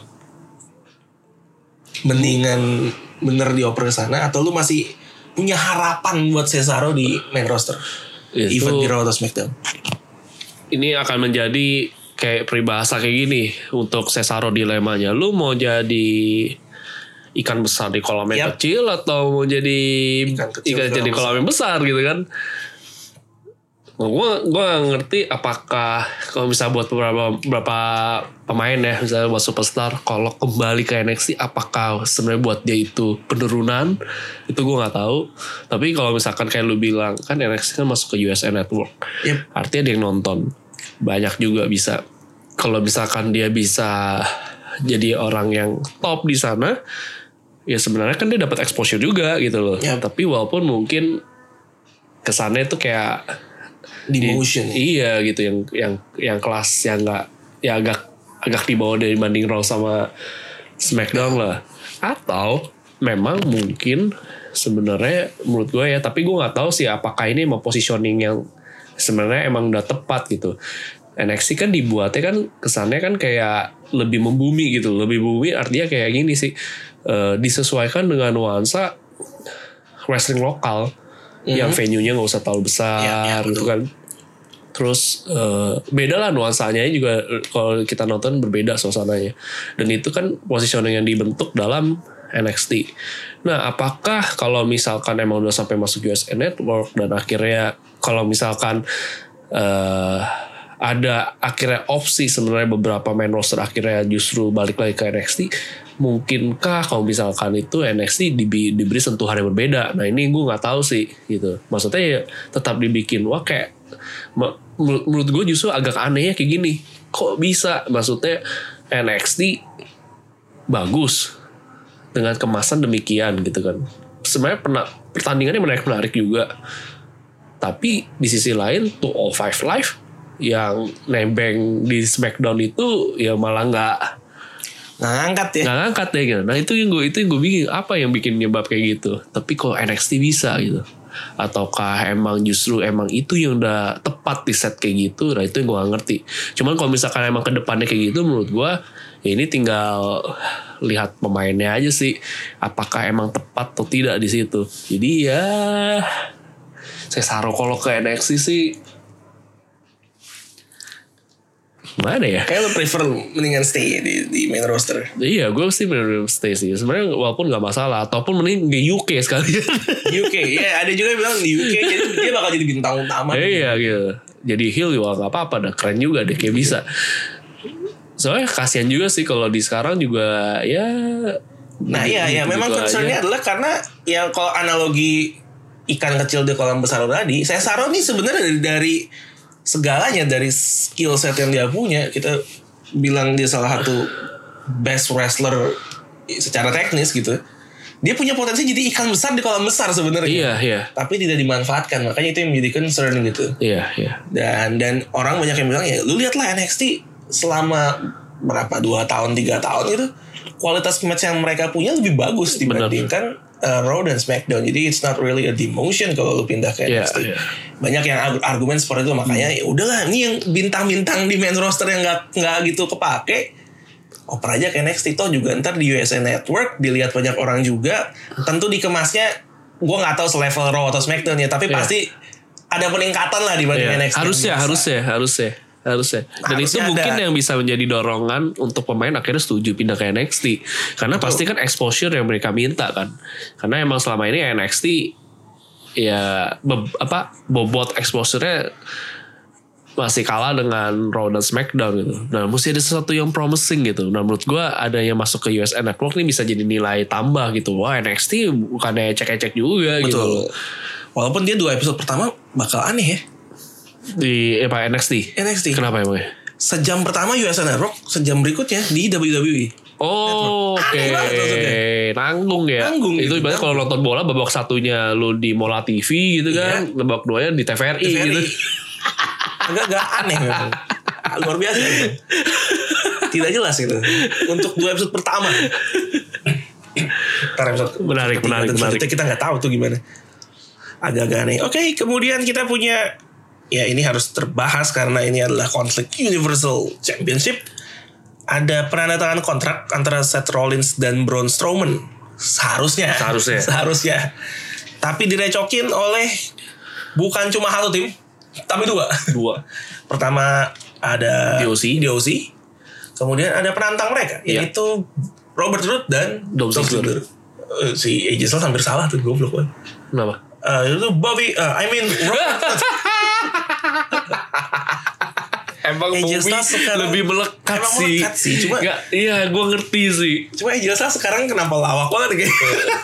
Mendingan bener dioper ke sana atau lu masih punya harapan buat Cesaro di main roster? Event di Raw atau SmackDown. Ini akan menjadi kayak peribahasa kayak gini untuk Cesaro dilemanya. Lu mau jadi ikan besar di kolam yang kecil atau mau jadi ikan kecil di kolam yang besar gitu kan? Gue gak ngerti apakah kalau misalnya buat beberapa pemain ya misalnya buat superstar kalau kembali ke NXT apakah sebenarnya buat dia itu penurunan itu gue nggak tahu. Tapi kalau misalkan kayak lu bilang kan NXT kan masuk ke USA Network, artinya dia yang nonton banyak juga bisa. Kalau misalkan dia bisa jadi orang yang top di sana ya sebenarnya kan dia dapat exposure juga gitu loh. Tapi walaupun mungkin kesannya itu kayak demotion. Iya gitu yang kelas yang enggak ya agak di bawah dibanding Raw sama SmackDown lah. Atau memang mungkin sebenarnya menurut gue ya, tapi gue nggak tahu sih apakah ini mau positioning yang sebenarnya emang udah tepat gitu. NXT kan dibuatnya kan kesannya kan kayak lebih membumi gitu. Lebih membumi artinya kayak gini sih. Disesuaikan dengan nuansa wrestling lokal yang venue-nya nggak usah terlalu besar gitu kan. Terus beda lah nuansanya juga kalau kita nonton berbeda suasananya. Dan itu kan positioning yang dibentuk dalam NXT. Nah apakah kalau misalkan emang udah sampai masuk USA Network dan akhirnya kalau misalkan ada akhirnya opsi sebenarnya beberapa main roster akhirnya justru balik lagi ke NXT, mungkinkah kalau misalkan itu NXT diberi sentuhan yang berbeda? Nah ini gue nggak tahu sih gitu. Maksudnya ya tetap dibikin wah kayak menurut gue justru agak anehnya kayak gini. Kok bisa? Maksudnya NXT bagus dengan kemasan demikian gitu kan. Sebenarnya pertandingannya menarik juga. Tapi di sisi lain 205 Live yang nembeng di SmackDown itu ya malah nggak ngangkat ya gitu. Nah itu yang gue bingung apa yang bikin nyebab kayak gitu. Tapi kok NXT bisa gitu. ataukah emang justru emang itu yang udah tepat di set kayak gitu. Nah itu yang gue gak ngerti. Cuman kalau misalkan emang ke depannya kayak gitu, menurut gue ya ini tinggal lihat pemainnya aja sih, apakah emang tepat atau tidak di situ. Jadi ya Cesaro kalau ke NXT sih mana ya? Kayak lo prefer mendingan stay di main roster. Iya, gue sih bener stay sih. Sebenarnya walaupun nggak masalah, ataupun mending ke UK sekalian. UK, ya ada juga yang bilang di UK jadi dia bakal jadi bintang utama. Iya gitu. Jadi heel juga nggak apa-apa, dah keren juga deh kayak bisa. Soalnya kasihan juga sih kalau di sekarang juga ya. Nah iya memang concernnya adalah karena yang kalau analogi ikan kecil di kolam besar tadi, Cesaro nih sebenarnya dari segalanya, dari skill set yang dia punya, kita bilang dia salah satu best wrestler secara teknis gitu. Dia punya potensi jadi ikan besar di kolam besar sebenarnya. Iya. Tapi tidak dimanfaatkan, makanya itu yang menjadi concern gitu. Iya. Dan orang banyak yang bilang ya, lu lihatlah NXT selama berapa 2 tahun 3 tahun itu kualitas match yang mereka punya lebih bagus dibandingkan Raw dan SmackDown. Jadi it's not really a demotion kalau lu pindah ke NXT. Yeah. Banyak yang argumen seperti itu, makanya ya udahlah, ini yang bintang-bintang di main roster yang nggak gitu kepake, oper aja ke NXT. Toh juga ntar di USA Network dilihat banyak orang juga. Tentu dikemasnya gue nggak tahu selevel Raw atau SmackDown ya, tapi pasti ada peningkatan lah dibanding NXT. Harusnya. Dan itu mungkin yang bisa menjadi dorongan untuk pemain akhirnya setuju pindah ke NXT. Karena pasti kan exposure yang mereka minta kan. Karena emang selama ini NXT ya bobot exposure-nya masih kalah dengan Raw dan SmackDown gitu. Nah mesti ada sesuatu yang promising gitu. Nah menurut gue ada yang masuk ke USA Network ini bisa jadi nilai tambah gitu. Wah NXT bukannya ecek-ecek juga. Betul. Gitu. Walaupun dia 2 episode pertama bakal aneh ya. Di NXT. Kenapa emangnya? Sejam pertama USA Network, sejam berikutnya di WWE. Oh, oke. Nanggung ya. Itu ibaratnya kalau nonton bola babak satunya lu di Mola TV gitu kan, babak 2-nya di TVRI. Gitu. Agak aneh memang. Luar biasa gitu. Tidak jelas gitu. Untuk 2 episode pertama. Menarik. Kita nggak tahu tuh gimana. Agak aneh. Oke, kemudian kita punya, ya ini harus terbahas karena ini adalah konflik Universal Championship. Ada penandatangan kontrak antara Seth Rollins dan Braun Strowman. Seharusnya. Tapi direcokin oleh bukan cuma satu tim, tapi dua. Pertama ada DOC. Kemudian ada penantang mereka, yaitu Robert Roode dan Dolph Ziggler. Si AJ Styles hampir salah tuh, goblok banget. Kenapa? Itu Robert. Emang movie lebih melekat sih. Cuma iya gue ngerti sih. Cuma AJ Styles sekarang kenapa lawak banget kayak.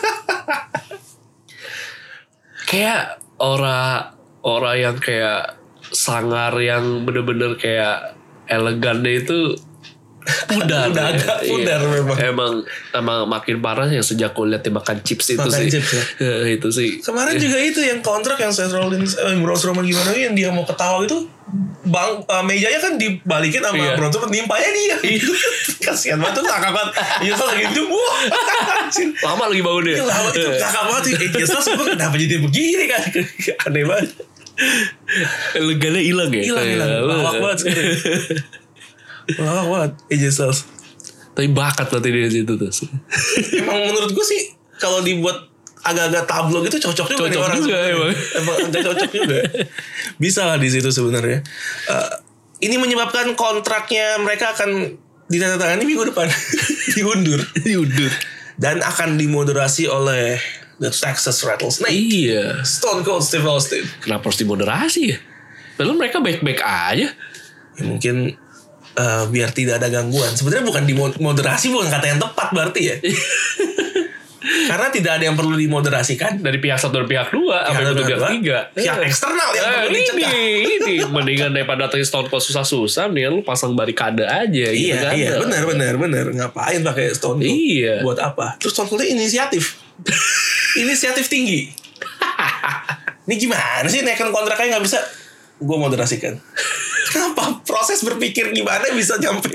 Kayak orang yang kayak sangar yang bener-bener kayak elegannya itu udah agak pudar memang. Emang makin parah yang sejak gue liat dia makan chips itu makan sih. Chips, ya? Itu sih. Kemarin juga itu yang kontrak yang Seth Rollins, Braun Strowman gimana yang dia mau ketawa itu, mejanya kan dibalikin sama Braun Strowman, nimpanya dia. Kasihan banget tuh, kakak banget. Iya lagi hidup, lama lagi bangun dia. Lama itu kakak banget. Iya sebenarnya kenapa jadi begini kan? Aneh banget. Elegannya hilang ya. Hilang. Lawak banget sebenarnya. Lawak banget AJ Styles. Tapi bakat berarti dia situ tuh. Emang menurut gue sih kalau dibuat agak-agak tablo gitu cocok juga nih orang. Emang agak cocok juga. Bisa lah di situ sebenarnya. Ini menyebabkan kontraknya mereka akan ditandatangani minggu depan. Diundur. Dan akan dimoderasi oleh The Texas Rattlesnake. Iya. Stone Cold Steve Austin. Kenapa harus dimoderasi ya? Padahal mereka baik-baik aja. Ya mungkin biar tidak ada gangguan. Sebenarnya bukan dimoderasi, bukan kata yang tepat berarti ya. Karena tidak ada yang perlu dimoderasikan dari pihak 1 dan pihak 2 apa pihak 3. Pihak eksternal yang perlu dicegah. Ini mendingan daripada datang Stone Cold susah-susah, mendingan lu pasang barikade aja gitu kan. Iya, benar. Ngapain pakai Stone Cold? Iya. Buat apa? Terus Stone Cold inisiatif. Inisiatif tinggi. Ini gimana sih naikin kontraknya nggak bisa? Gue moderasikan. Kenapa proses berpikir gimana bisa nyampe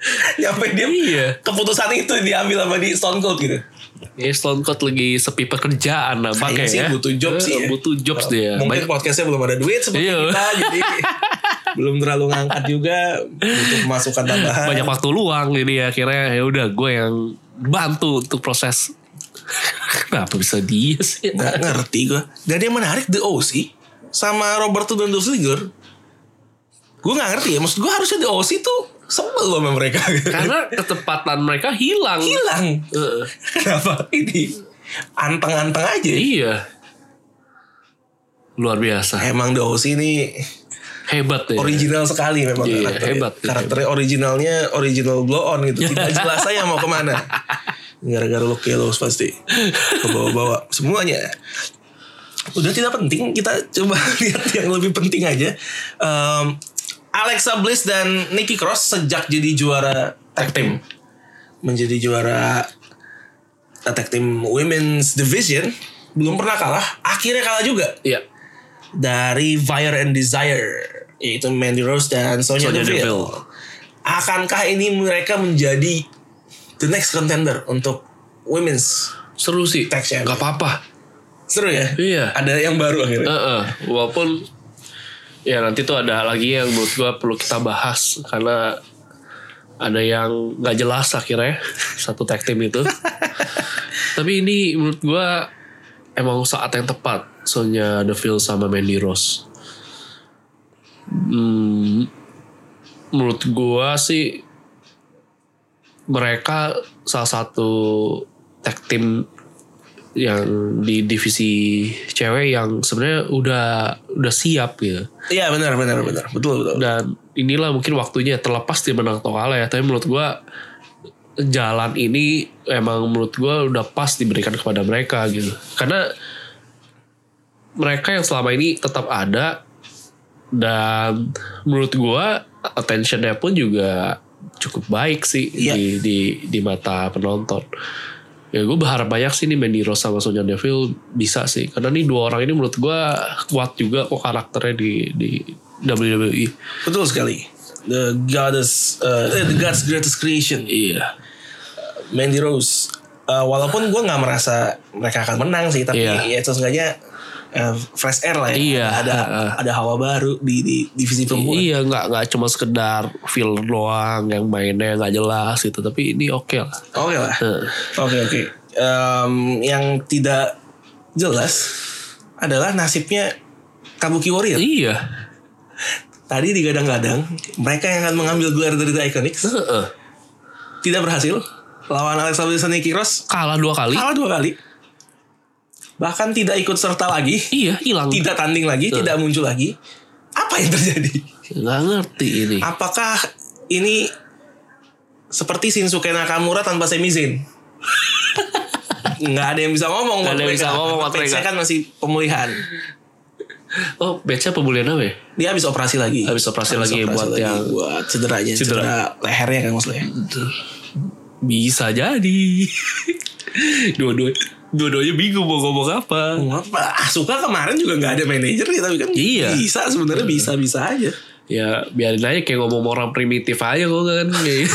Nyampe dia keputusan itu diambil sama di Stone Cold gitu. Ya Stone Cold lagi sepi pekerjaan nampaknya sih ya. butuh job sih ya. Butuh jobs dia. Mungkin podcastnya belum ada duit seperti kita, jadi belum terlalu ngangkat juga, butuh pemasukan tambahan. Banyak waktu luang jadi akhirnya ya udah gue yang bantu untuk proses. Kenapa bisa dia sih? Nggak ngerti gue. Dan yang menarik The OC sama Roberto Don Ziggler. Gue nggak ngerti ya. Maksud gue harusnya The OC tuh sebel sama mereka. Karena ketepatan mereka hilang. Kenapa? Ini anteng-anteng aja. Iya. Luar biasa. Emang The OC ini hebat ya. Original sekali memang karakternya originalnya original blow on gitu. Tidak jelas saya mau kemana. Gara-gara Luke Gallows pasti ke bawah-bawah semuanya. Udah tidak penting, kita coba lihat yang lebih penting aja. Alexa Bliss dan Nikki Cross sejak jadi juara tag team, menjadi juara tag team women's division, belum pernah kalah. Akhirnya kalah juga. Iya. Dari Fire and Desire, yaitu Mandy Rose dan Sonya Deville. Akankah ini mereka menjadi the next contender untuk women's seru sih tag champion? Gak apa-apa. Seru ya? Iya. Ada yang baru akhirnya. Walaupun ya nanti tuh ada lagi yang menurut gue perlu kita bahas karena ada yang gak jelas akhirnya satu tag team itu. Tapi ini menurut gue emang saat yang tepat Sonya Deville sama Mandy Rose. Menurut gue sih mereka salah satu tag team yang di divisi cewek yang sebenarnya udah siap gitu. Iya benar betul. Dan inilah mungkin waktunya, terlepas dia menang atau kalah ya. Tapi menurut gua jalan ini emang menurut gua udah pas diberikan kepada mereka gitu. Karena mereka yang selama ini tetap ada dan menurut gua attentionnya pun juga cukup baik sih di mata penonton. Ya gue berharap banyak sih nih Mandy Rose sama Sonya Deville bisa sih. Karena nih dua orang ini menurut gue kuat juga kok karakternya di WWE. Betul sekali. The God's greatest creation. Iya. Mandy Rose. Walaupun gue gak merasa mereka akan menang sih. Tapi ya seenggaknya fresh air lah ya. Iya. Ada hawa baru di divisi perempuan. Iya, nggak cuma sekedar feel doang yang mainnya nggak jelas gitu. Tapi ini oke lah. Oke. Yang tidak jelas adalah nasibnya Kabuki Warrior. Iya. Tadi digadang-gadang mereka yang akan mengambil gelar dari The Iconics. Tidak berhasil. Lawan Alexa Bliss dan Nikki Cross. Kalah 2 kali. Bahkan tidak ikut serta lagi. Iya, hilang. Tidak tanding lagi, tidak muncul lagi. Apa yang terjadi? Nggak ngerti ini. Apakah ini seperti Shinsuke Nakamura tanpa Sami Zayn? Nggak ada yang bisa ngomong. Nggak ada yang bisa ngomong. Saya kan masih pemulihan. Oh, Batch-nya pemulihan apa ya? Dia habis operasi lagi. Habis operasi lagi buat cederanya. Cedera lehernya kan maksudnya. Bisa jadi. Dua-duanya bingung mau ngomong apa. Asuka kemarin juga gak ada manajer ya, tapi kan bisa sebenarnya bisa aja. Ya biarin aja kayak ngomong orang primitif aja kok kan.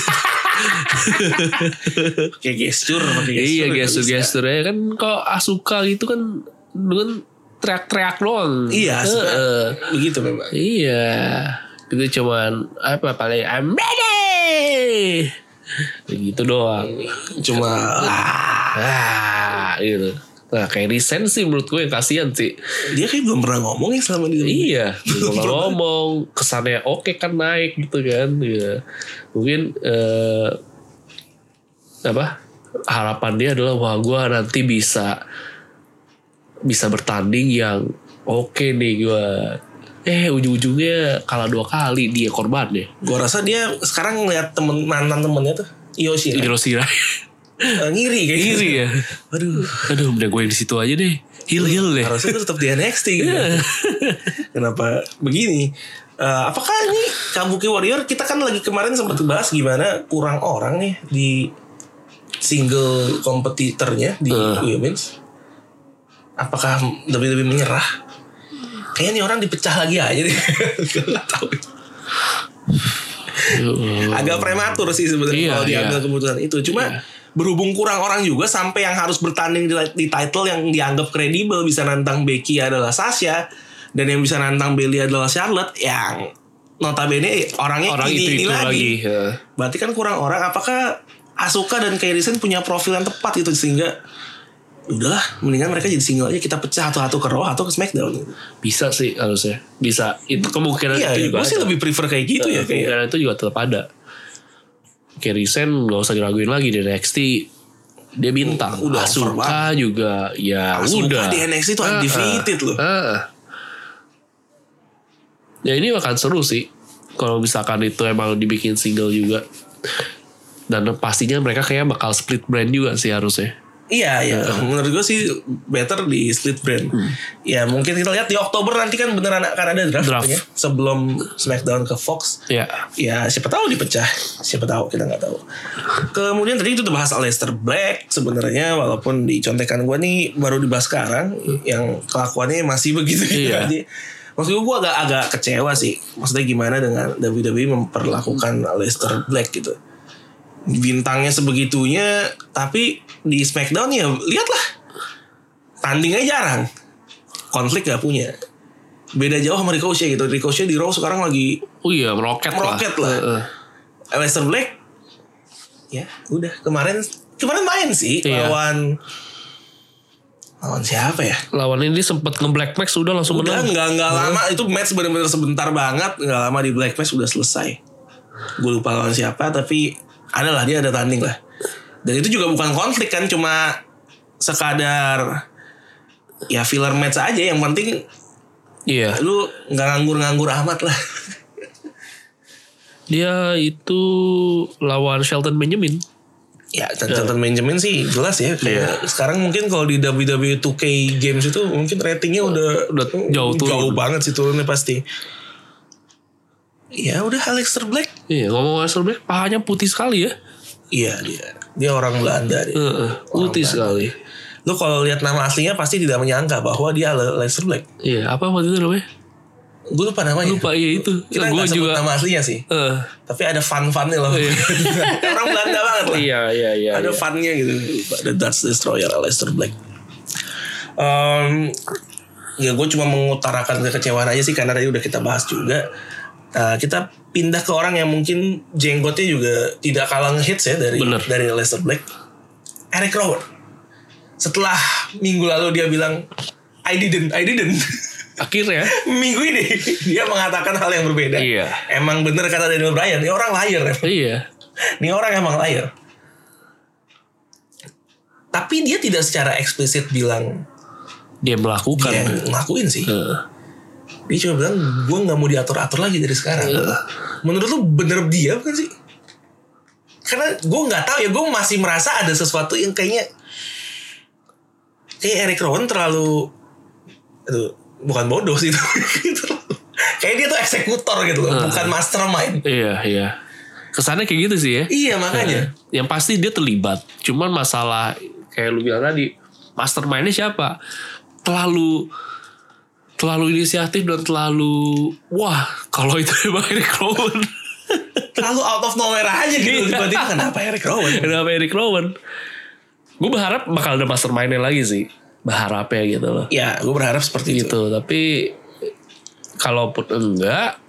Kayak gestur. Iya gestur aja kan. Kalau Asuka gitu kan dengan teriak-teriak doang. Iya begitu memang. Iya. Itu cuman paling I'm ready. Begitu doang. Cuma gitu. Nah kayak Risen sih menurut gue yang kasihan sih. Dia kayak belum pernah ngomong ya selama di Iya belum pernah ngomong. Kesannya oke kan naik gitu kan ya. Mungkin harapan dia adalah wah gue nanti bisa bertanding yang oke nih gue. Ujung-ujungnya kalah 2 kali dia korbannya. Gue rasa dia sekarang ngeliat mantan temennya tuh Io Shirai. Ngiri kayak gitu. Ya. Aduh, udah gue yang di situ aja deh. Heal deh. Harusnya tuh tetap di NXT gitu. Kenapa begini? Apakah ini Kabuki Warrior kita kan lagi kemarin sempat bahas gimana kurang orang nih di single kompetitornya di women's. Apakah lebih menyerah? Kayaknya nih orang dipecah lagi aja deh. Gak tahu. Agak prematur sih sebenarnya kalau diambil keputusan itu. Cuma berhubung kurang orang juga sampai yang harus bertanding di title yang dianggap kredibel bisa nantang Becky adalah Sasha dan yang bisa nantang Bayley adalah Charlotte yang notabene orangnya ini lagi. Berarti kan kurang orang. Apakah Asuka dan Kairi Sane punya profil yang tepat gitu sehingga udahlah mendingan mereka jadi single aja, kita pecah satu ke Raw atau ke SmackDown. Bisa sih harusnya. Bisa. Itu kemungkinan itu juga. Gue sih lebih prefer kayak gitu ya. Kemungkinan itu juga tetap ada. Kairi Sane gak usah diraguin lagi di NXT. Dia bintang. Udah Asuka juga ya Asuka udah. di NXT itu undefeated loh. Ya ini akan seru sih. Kalau misalkan itu emang dibikin single juga. Dan pastinya mereka kayak bakal split brand juga sih harusnya. Iya. Menurut gue sih better di split brand. Ya mungkin kita lihat di Oktober nanti kan beneran akan ada draft. Sebelum SmackDown ke Fox. Ya siapa tahu dipecah. Siapa tahu, kita nggak tahu. Kemudian tadi itu bahas Aleister Black. Sebenarnya walaupun di contekan gue nih baru dibahas sekarang. Yang kelakuannya masih begitu gitu aja. Maksud gue agak kecewa sih. Maksudnya gimana dengan WWE memperlakukan Aleister Black gitu. Bintangnya sebegitunya, tapi di SmackDown ya lihatlah, tandingnya jarang, konflik gak punya. Beda jauh sama Ricochet gitu. Ricochet di Raw sekarang lagi meroket lah. Aleister Black ya udah kemarin main sih lawan siapa ya? Lawan ini sempat nge-Black Max udah langsung menang. Nggak lama, itu match benar-benar sebentar banget, nggak lama di Black Max udah selesai. Gue lupa lawan siapa, tapi dia ada tanding lah. Dan itu juga bukan konflik kan, cuma sekadar ya filler match aja. Yang penting lu nggak nganggur amat lah. Dia itu lawan Shelton Benjamin. Ya, Shelton Benjamin sih jelas ya. Sekarang mungkin kalau di WWE 2K Games itu mungkin ratingnya udah jauh banget sih turunnya pasti. Ya udah Aleister Black. Ngomong Aleister Black, pahanya putih sekali ya. Iya dia orang Belanda dia. Putih sekali. Lu kalau lihat nama aslinya pasti tidak menyangka bahwa dia Aleister Black. Apa waktu itu namanya? Gue lupa namanya. itu. Kita nggak sebut nama aslinya sih. Tapi ada fun-funnya loh. Orang Belanda banget lah. Iya. Ada funnya gitu. The Dutch Destroyer Aleister Black. Ya gue cuma mengutarakan kekecewaan aja sih karena tadi udah kita bahas juga. Kita pindah ke orang yang mungkin jenggotnya juga tidak kalah ngehits ya dari Aleister Black. Eric Rowan. Setelah minggu lalu dia bilang I didn't. Akhirnya minggu ini dia mengatakan hal yang berbeda. Emang bener kata Daniel Bryan, ini orang liar ya. Ini orang emang liar. Tapi dia tidak secara eksplisit bilang dia melakukan. Dia ngelakuin sih. Dia cuma bilang gue gak mau diatur-atur lagi dari sekarang. Menurut lu bener dia bukan sih? Karena gue gak tahu ya, gue masih merasa ada sesuatu yang kayak Eric Rowan terlalu bukan bodoh sih itu. Kayak dia tuh eksekutor gitu loh, bukan mastermind. Iya. Kesannya kayak gitu sih ya. Iya makanya. Yang pasti dia terlibat. Cuman masalah kayak lu bilang tadi, mastermindnya siapa? Terlalu inisiatif dan terlalu kalau itu emang Eric Rowan. Terlalu out of nowhere aja gitu. Tiba-tiba kenapa Eric Rowan? Gue berharap bakal ada mastermindnya lagi sih. Berharapnya gitu loh. Ya gue berharap seperti itu. Tapi kalaupun enggak,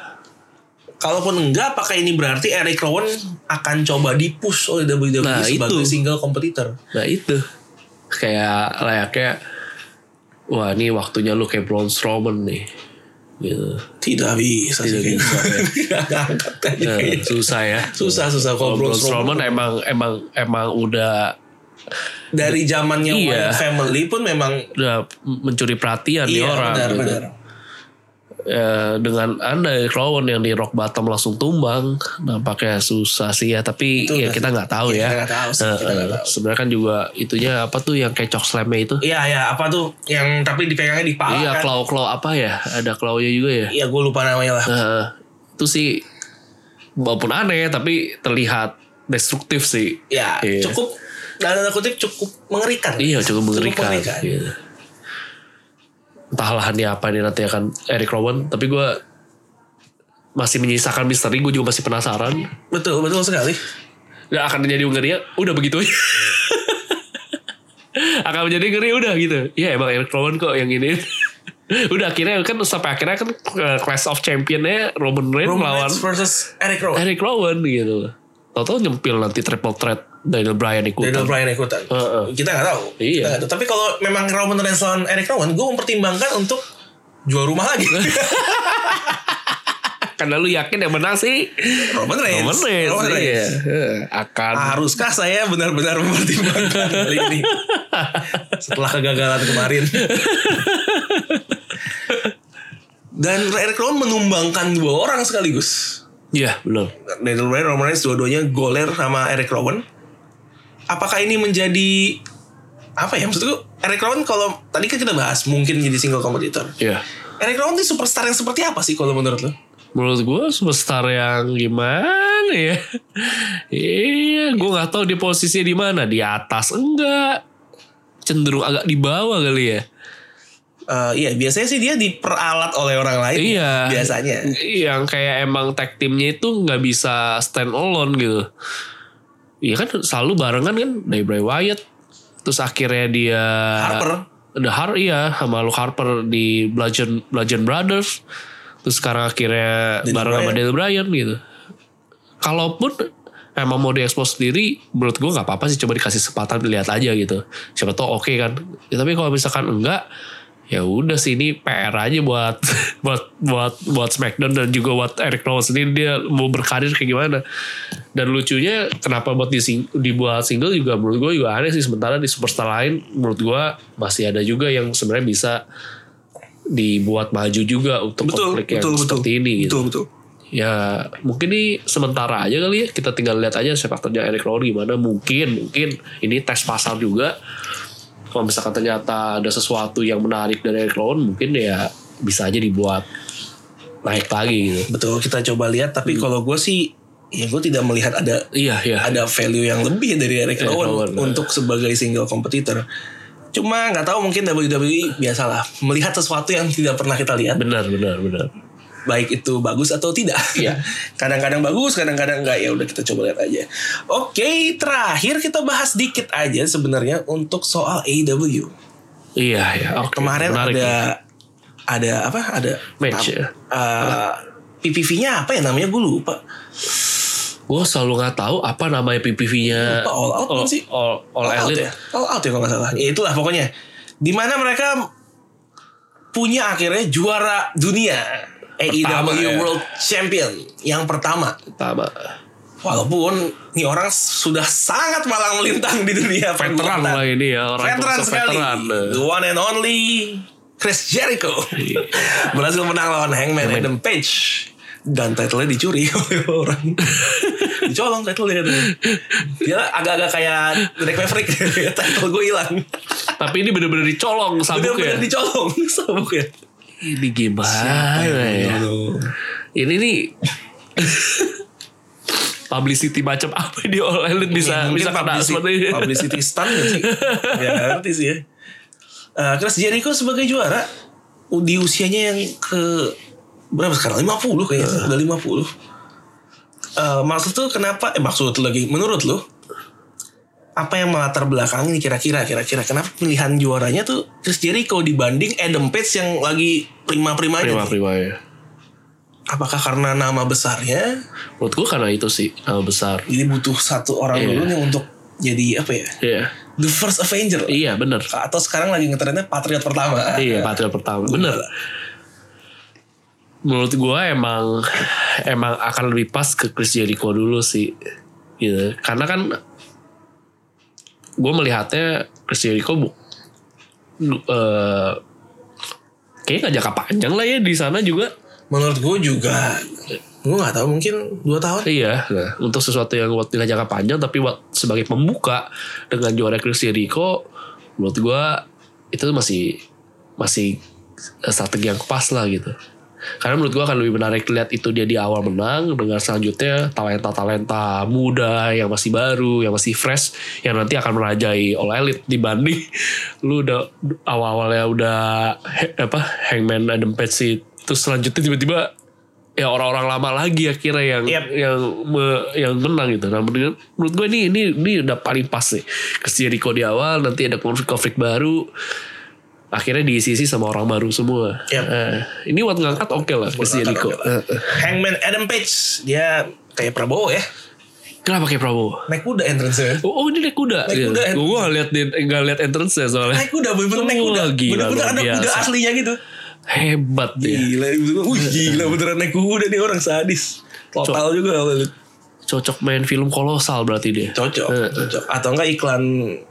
apakah ini berarti Eric Rowan akan coba dipush oleh WWE sebagai single kompetitor? Nah itu kayak layaknya wah ini waktunya lu kayak Braun Strowman nih gitu. Tidak bisa ya. Susah ya. Susah kalau Braun Strowman emang udah dari zamannya Wyatt Family pun memang udah mencuri perhatian nih orang benar. Dengan Eric Rowan yang di rock bottom langsung tumbang, nampaknya susah sih ya. Tapi itu ya kita nggak tahu ya. Kita nggak tahu. Sebenarnya kan juga itunya apa tuh yang kayak slamnya itu? Iya apa tuh yang tapi dipegangnya di pala. Iya kan? claw apa ya? Ada clawnya juga ya. Iya gue lupa namanya lah. Itu sih walaupun aneh tapi terlihat destruktif sih. Ya cukup dalam tanda kutip cukup mengerikan. Iya cukup mengerikan. Gitu. Entahlah ini apa ini nanti akan Eric Rowan. Tapi gue masih menyisakan misteri. Gue juga masih penasaran. Betul sekali. Gak akan menjadi ngeri, udah begitu aja. Akan menjadi ngeri udah gitu. Ya emang Eric Rowan kok yang ini. Udah akhirnya kan sampai akhirnya kan Clash of Champion-nya Roman Reigns lawan versus Eric Rowan gitu. Tahu-tahu nyempil nanti triple threat Daniel Bryan ikutan. Kita gak tahu. Iya. Tapi kalau memang Roman Reigns lawan Eric Rowan, gue mempertimbangkan untuk jual rumah lagi. Karena lu yakin yang menang sih Roman Reigns. Iya. Haruskah saya benar-benar mempertimbangkan hal ini setelah kegagalan kemarin? Dan Eric Rowan menumbangkan 2 orang sekaligus. Iya benar. Daniel Bryan, Roman Reigns dua-duanya goler sama Eric Rowan. Apakah ini menjadi apa ya, maksudku Eric Rowan kalau tadi kan kita bahas mungkin jadi single kompetitor. Iya. Eric Rowan itu superstar yang seperti apa sih kalau menurut lo? Menurut gue superstar yang gimana ya? Iya, gue nggak tahu di posisinya di mana. Di atas enggak, cenderung agak di bawah kali ya. Iya, biasanya sih dia diperalat oleh orang lain. Iya. Biasanya. Yang kayak emang tag teamnya itu nggak bisa stand alone gitu. Iya kan selalu barengan kan dari Bray Wyatt. Terus akhirnya dia Harper. Sama Luke Harper di Bludgeon Brothers. Terus sekarang akhirnya bareng sama Daniel Bryan gitu. Kalaupun emang mau diekspos sendiri, menurut gue nggak apa-apa sih, coba dikasih kesempatan lihat aja gitu. Siapa tau oke kan. Ya, tapi kalau misalkan enggak, ya udah sih ini PR aja buat SmackDown dan juga buat Eric Rowan sendiri, dia mau berkarir kayak gimana. Dan lucunya kenapa buat dibuat single juga menurut gue juga aneh sih. Sementara di superstar lain menurut gue masih ada juga yang sebenarnya bisa dibuat maju juga untuk konflik yang seperti ini gitu. Betul. Ya mungkin ini sementara aja kali ya. Kita tinggal lihat aja sepak terjang Eric Rowan gimana. Mungkin ini tes pasar juga. Kalau misalkan ternyata ada sesuatu yang menarik dari Eric Rowan, mungkin ya bisa aja dibuat naik lagi gitu. Betul, kita coba lihat. Tapi kalau gue sih, ya gue tidak melihat ada value yang lebih dari Eric Rowan untuk sebagai single kompetitor. Cuma nggak tahu, mungkin WWE biasalah melihat sesuatu yang tidak pernah kita lihat. Benar. Baik itu bagus atau tidak. Iya. Kadang-kadang bagus, kadang-kadang enggak. Ya udah kita coba lihat aja. Oke, terakhir kita bahas dikit aja sebenarnya untuk soal AEW. Iya. Okay. Kemarin ada match ya. PPV-nya apa ya namanya, gue lupa. Gue selalu nggak tahu apa namanya PPV-nya. All Out sih? All Elite ya? All Out ya kalau nggak salah. Ya itulah pokoknya. Dimana mereka punya akhirnya juara dunia AEW World Champion yang pertama. Walaupun ini orang sudah sangat malang melintang di dunia veteran lah ini ya, orang veteran sekali. The one and only Chris Jericho berhasil menang lawan Hangman Adam Page. Dan title-nya dicuri oleh orang. Dicolong title-nya. Dia agak-agak kayak Drake Maverick. Title gue hilang. Tapi ini bener-bener dicolong sabuknya. Bener-bener dicolong sabuknya. Ini gimana ya? Ini nih publicity macam apa di All Elite bisa kena seperti ini. Publicity stunt gak sih? Ya ngerti sih ya. Chris Jericho sebagai juara di usianya yang ke berapa sekarang? 50 kayaknya. Udah 50. Maksud tuh kenapa? Maksud lagi menurut lu apa yang melatar belakang ini kira-kira kenapa pilihan juaranya tuh Chris Jericho dibanding Adam Page yang lagi prima-primanya? Ya. Apakah karena nama besarnya? Menurut gue karena itu sih, nama besar. Jadi butuh satu orang dulu nih untuk jadi apa ya? Iya. The First Avenger. Iya, benar. Atau sekarang lagi ngetrennya Patriot pertama. Iya, Patriot pertama. Bener. Menurut gue emang akan lebih pas ke Chris Jericho dulu sih. Gitu. Karena kan gue melihatnya Chris Jericho kayaknya gak jangka panjang lah ya di sana juga. Menurut gue juga, gue nggak tahu, mungkin 2 tahun. Iya, nah, untuk sesuatu yang buat tidak jangka panjang tapi buat sebagai pembuka dengan juara Chris Jericho, menurut gue itu masih strategi yang pas lah gitu. Karena menurut gue akan lebih menarik lihat itu dia di awal menang dengan selanjutnya talenta muda yang masih baru, yang masih fresh, yang nanti akan merajai All Elite dibanding lu udah awal-awalnya udah Hangman Adam Page sih, terus selanjutnya tiba-tiba ya orang-orang lama lagi akhirnya yang menang gitu. Nah menurut gue ini udah paling pas nih. Chris Jericho di awal, nanti ada konflik baru, akhirnya diisi sama orang baru semua. Ini buat ngangkat oke lah Chris Jericho. Hangman Adam Page dia kayak Prabowo ya. Kenapa kayak Prabowo? Naik kuda entrance-nya. Oh ini naik kuda. Gue gak lihat entrance-nya soalnya. Naik kuda, bener-bener naik kuda. Bener-bener ada kuda aslinya gitu. Hebat ya. Gila beneran naik kuda nih orang sadis. Total juga. Cocok main film kolosal berarti dia. Cocok. Atau enggak iklan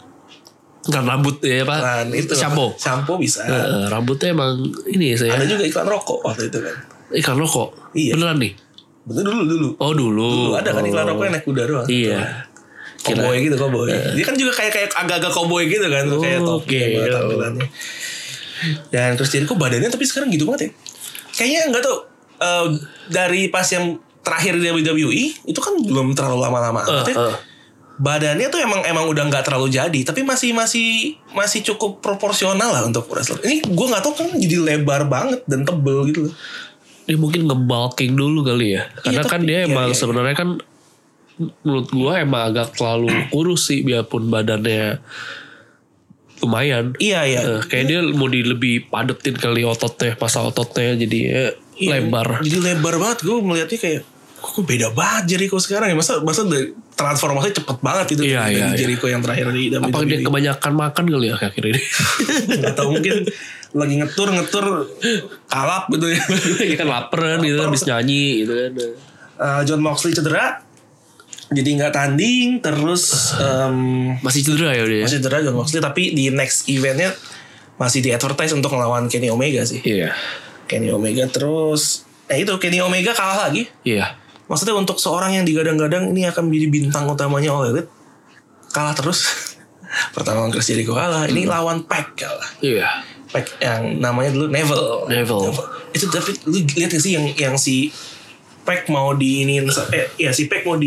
rambut ya Pak. Itu shampoo bisa. Rambutnya emang ini saya. Ada juga iklan rokok waktu itu kan. Iklan rokok? Iya. Beneran nih? Bener dulu. Oh dulu. Ada kan iklan rokok yang naik kuda doang. Iya. Cowboy gitu cowboy. Dia kan juga kayak agak-agak cowboy gitu kan. Kayak topi tampilannya. Dan terus Jericho badannya tapi sekarang gitu banget ya. Kayaknya enggak tahu dari pas yang terakhir di WWE itu kan belum terlalu lama-lama badannya tuh emang udah nggak terlalu jadi, tapi masih cukup proporsional lah untuk wrestler. Ini gue nggak tahu kan jadi lebar banget dan tebel gitu loh. Dia mungkin ngebulking dulu kali ya. Karena kan dia emang sebenarnya kan menurut gue emang agak terlalu kurus sih biarpun badannya lumayan. Iya. Kayak dia mau lebih padetin kali ototnya, pasal ototnya jadi lebar. Jadi lebar banget. Gue melihatnya kayak kok beda banget Jericho sekarang ya. Masa transformasinya cepet banget itu dari Jericho yang terakhir di WWE. Apa dia kebanyakan makan kali ya akhir ini? Gak tau, mungkin lagi ngetur kalap gitu ya. Iya kan laparan gitu kan, habis nyanyi gitu kan. Jon Moxley cedera, jadi nggak tanding. Terus masih cedera ya dia. Masih cedera Jon Moxley, tapi di next eventnya masih di advertise untuk melawan Kenny Omega sih. Iya. Kenny Omega terus. Itu Kenny Omega kalah lagi. Iya. Maksudnya untuk seorang yang digadang-gadang ini akan menjadi bintang utamanya All Elite, kalah terus. Pertama lawan Chris Jericho kalah, ini lawan Pac kalah. Iya. Pac yang namanya dulu Neville. Itu tapi lu lihat gak sih yang si Pac mau diinin si Pac mau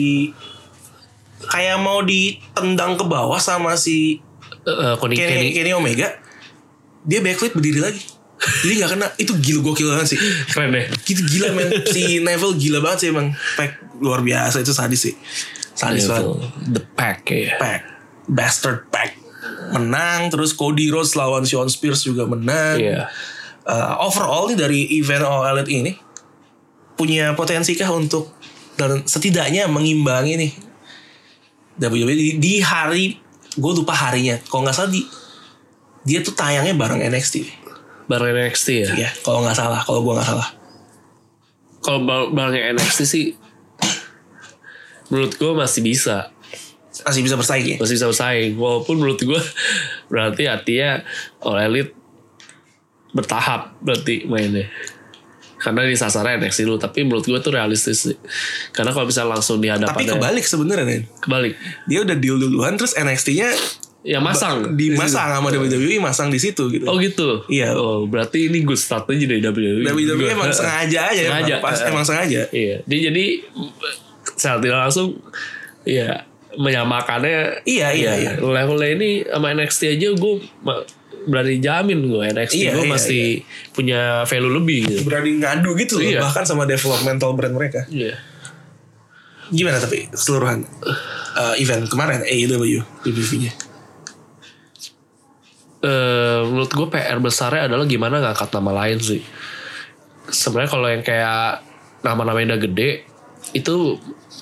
kayak mau ditendang ke bawah sama si Kenny Omega. Dia backflip berdiri lagi. Jadi gak kena. Itu gokil banget sih. Keren deh. Gitu gila men. Si Neville gila banget sih emang. Pac luar biasa. Itu sadis sih. Sadis banget. The Pac ya. Pac. Bastard Pac. Menang. Terus Cody Rhodes lawan Shawn Spears juga menang. Iya. Overall nih dari event All Elite ini punya potensi kah untuk dan setidaknya mengimbangi nih WWE di hari, gue lupa harinya. Kalau gak salah dia tuh tayangnya bareng NXT. Bareng NXT ya? Iya, kalau gue gak salah. Kalau bareng NXT sih menurut gue masih bisa bersaing ya? Masih bisa bersaing. Walaupun menurut gue berarti artinya All Elite bertahap berarti mainnya. Karena di sasarnya NXT dulu. Tapi menurut gue tuh realistis sih. Karena kalau bisa langsung dihadapan. Tapi kebalik sebenarnya. Kebalik. Dia udah deal duluan terus NXT-nya ya masang. Dimasang sama WWE, masang di situ gitu. Oh gitu. Iya. Oh berarti ini good start aja dari WWE. WWE emang sengaja aja. Emang sengaja. Iya. Dia jadi secara tidak langsung ya menyamakannya. Iya. Levelnya ini sama NXT aja gue berani jamin gue NXT gue masih punya value lebih gitu. Berani ngadu gitu loh. Bahkan sama developmental brand mereka. Iya. Gimana tapi keseluruhan event kemarin AEW PPV-nya? Menurut gue PR besarnya adalah gimana ngangkat nama lain sih. Sebenarnya kalau yang kayak nama-nama yang udah gede itu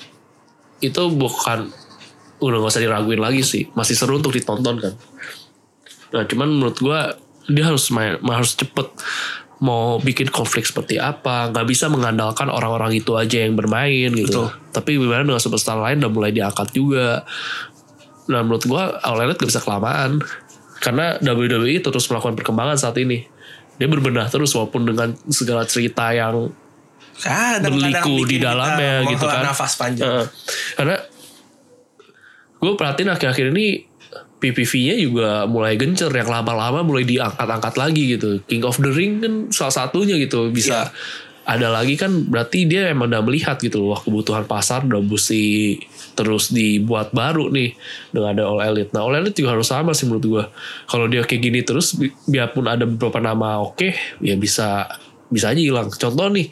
bukan udah gak usah diraguin lagi sih, masih seru untuk ditonton kan. Nah cuman menurut gue dia harus cepet mau bikin konflik seperti apa. Gak bisa mengandalkan orang-orang itu aja yang bermain gitu. Betul. Tapi gimana dengan superstar lain udah mulai diangkat juga. Nah menurut gue All Elite gak bisa kelamaan. Karena WWE terus melakukan perkembangan saat ini. Dia berbenah terus walaupun dengan segala cerita yang berliku di dalamnya gitu kan. Nafas panjang. Karena gue perhatiin akhir-akhir ini PPV-nya juga mulai gencer, yang lama-lama mulai diangkat-angkat lagi gitu. King of the Ring kan salah satunya gitu. Bisa ada lagi kan, berarti dia emang udah melihat gitu loh, wah kebutuhan pasar udah mesti terus dibuat baru nih dengan ada All Elite. Nah All Elite juga harus sama sih menurut gue. Kalau dia kayak gini terus, biarpun ada beberapa nama oke, ya bisa aja hilang. Contoh nih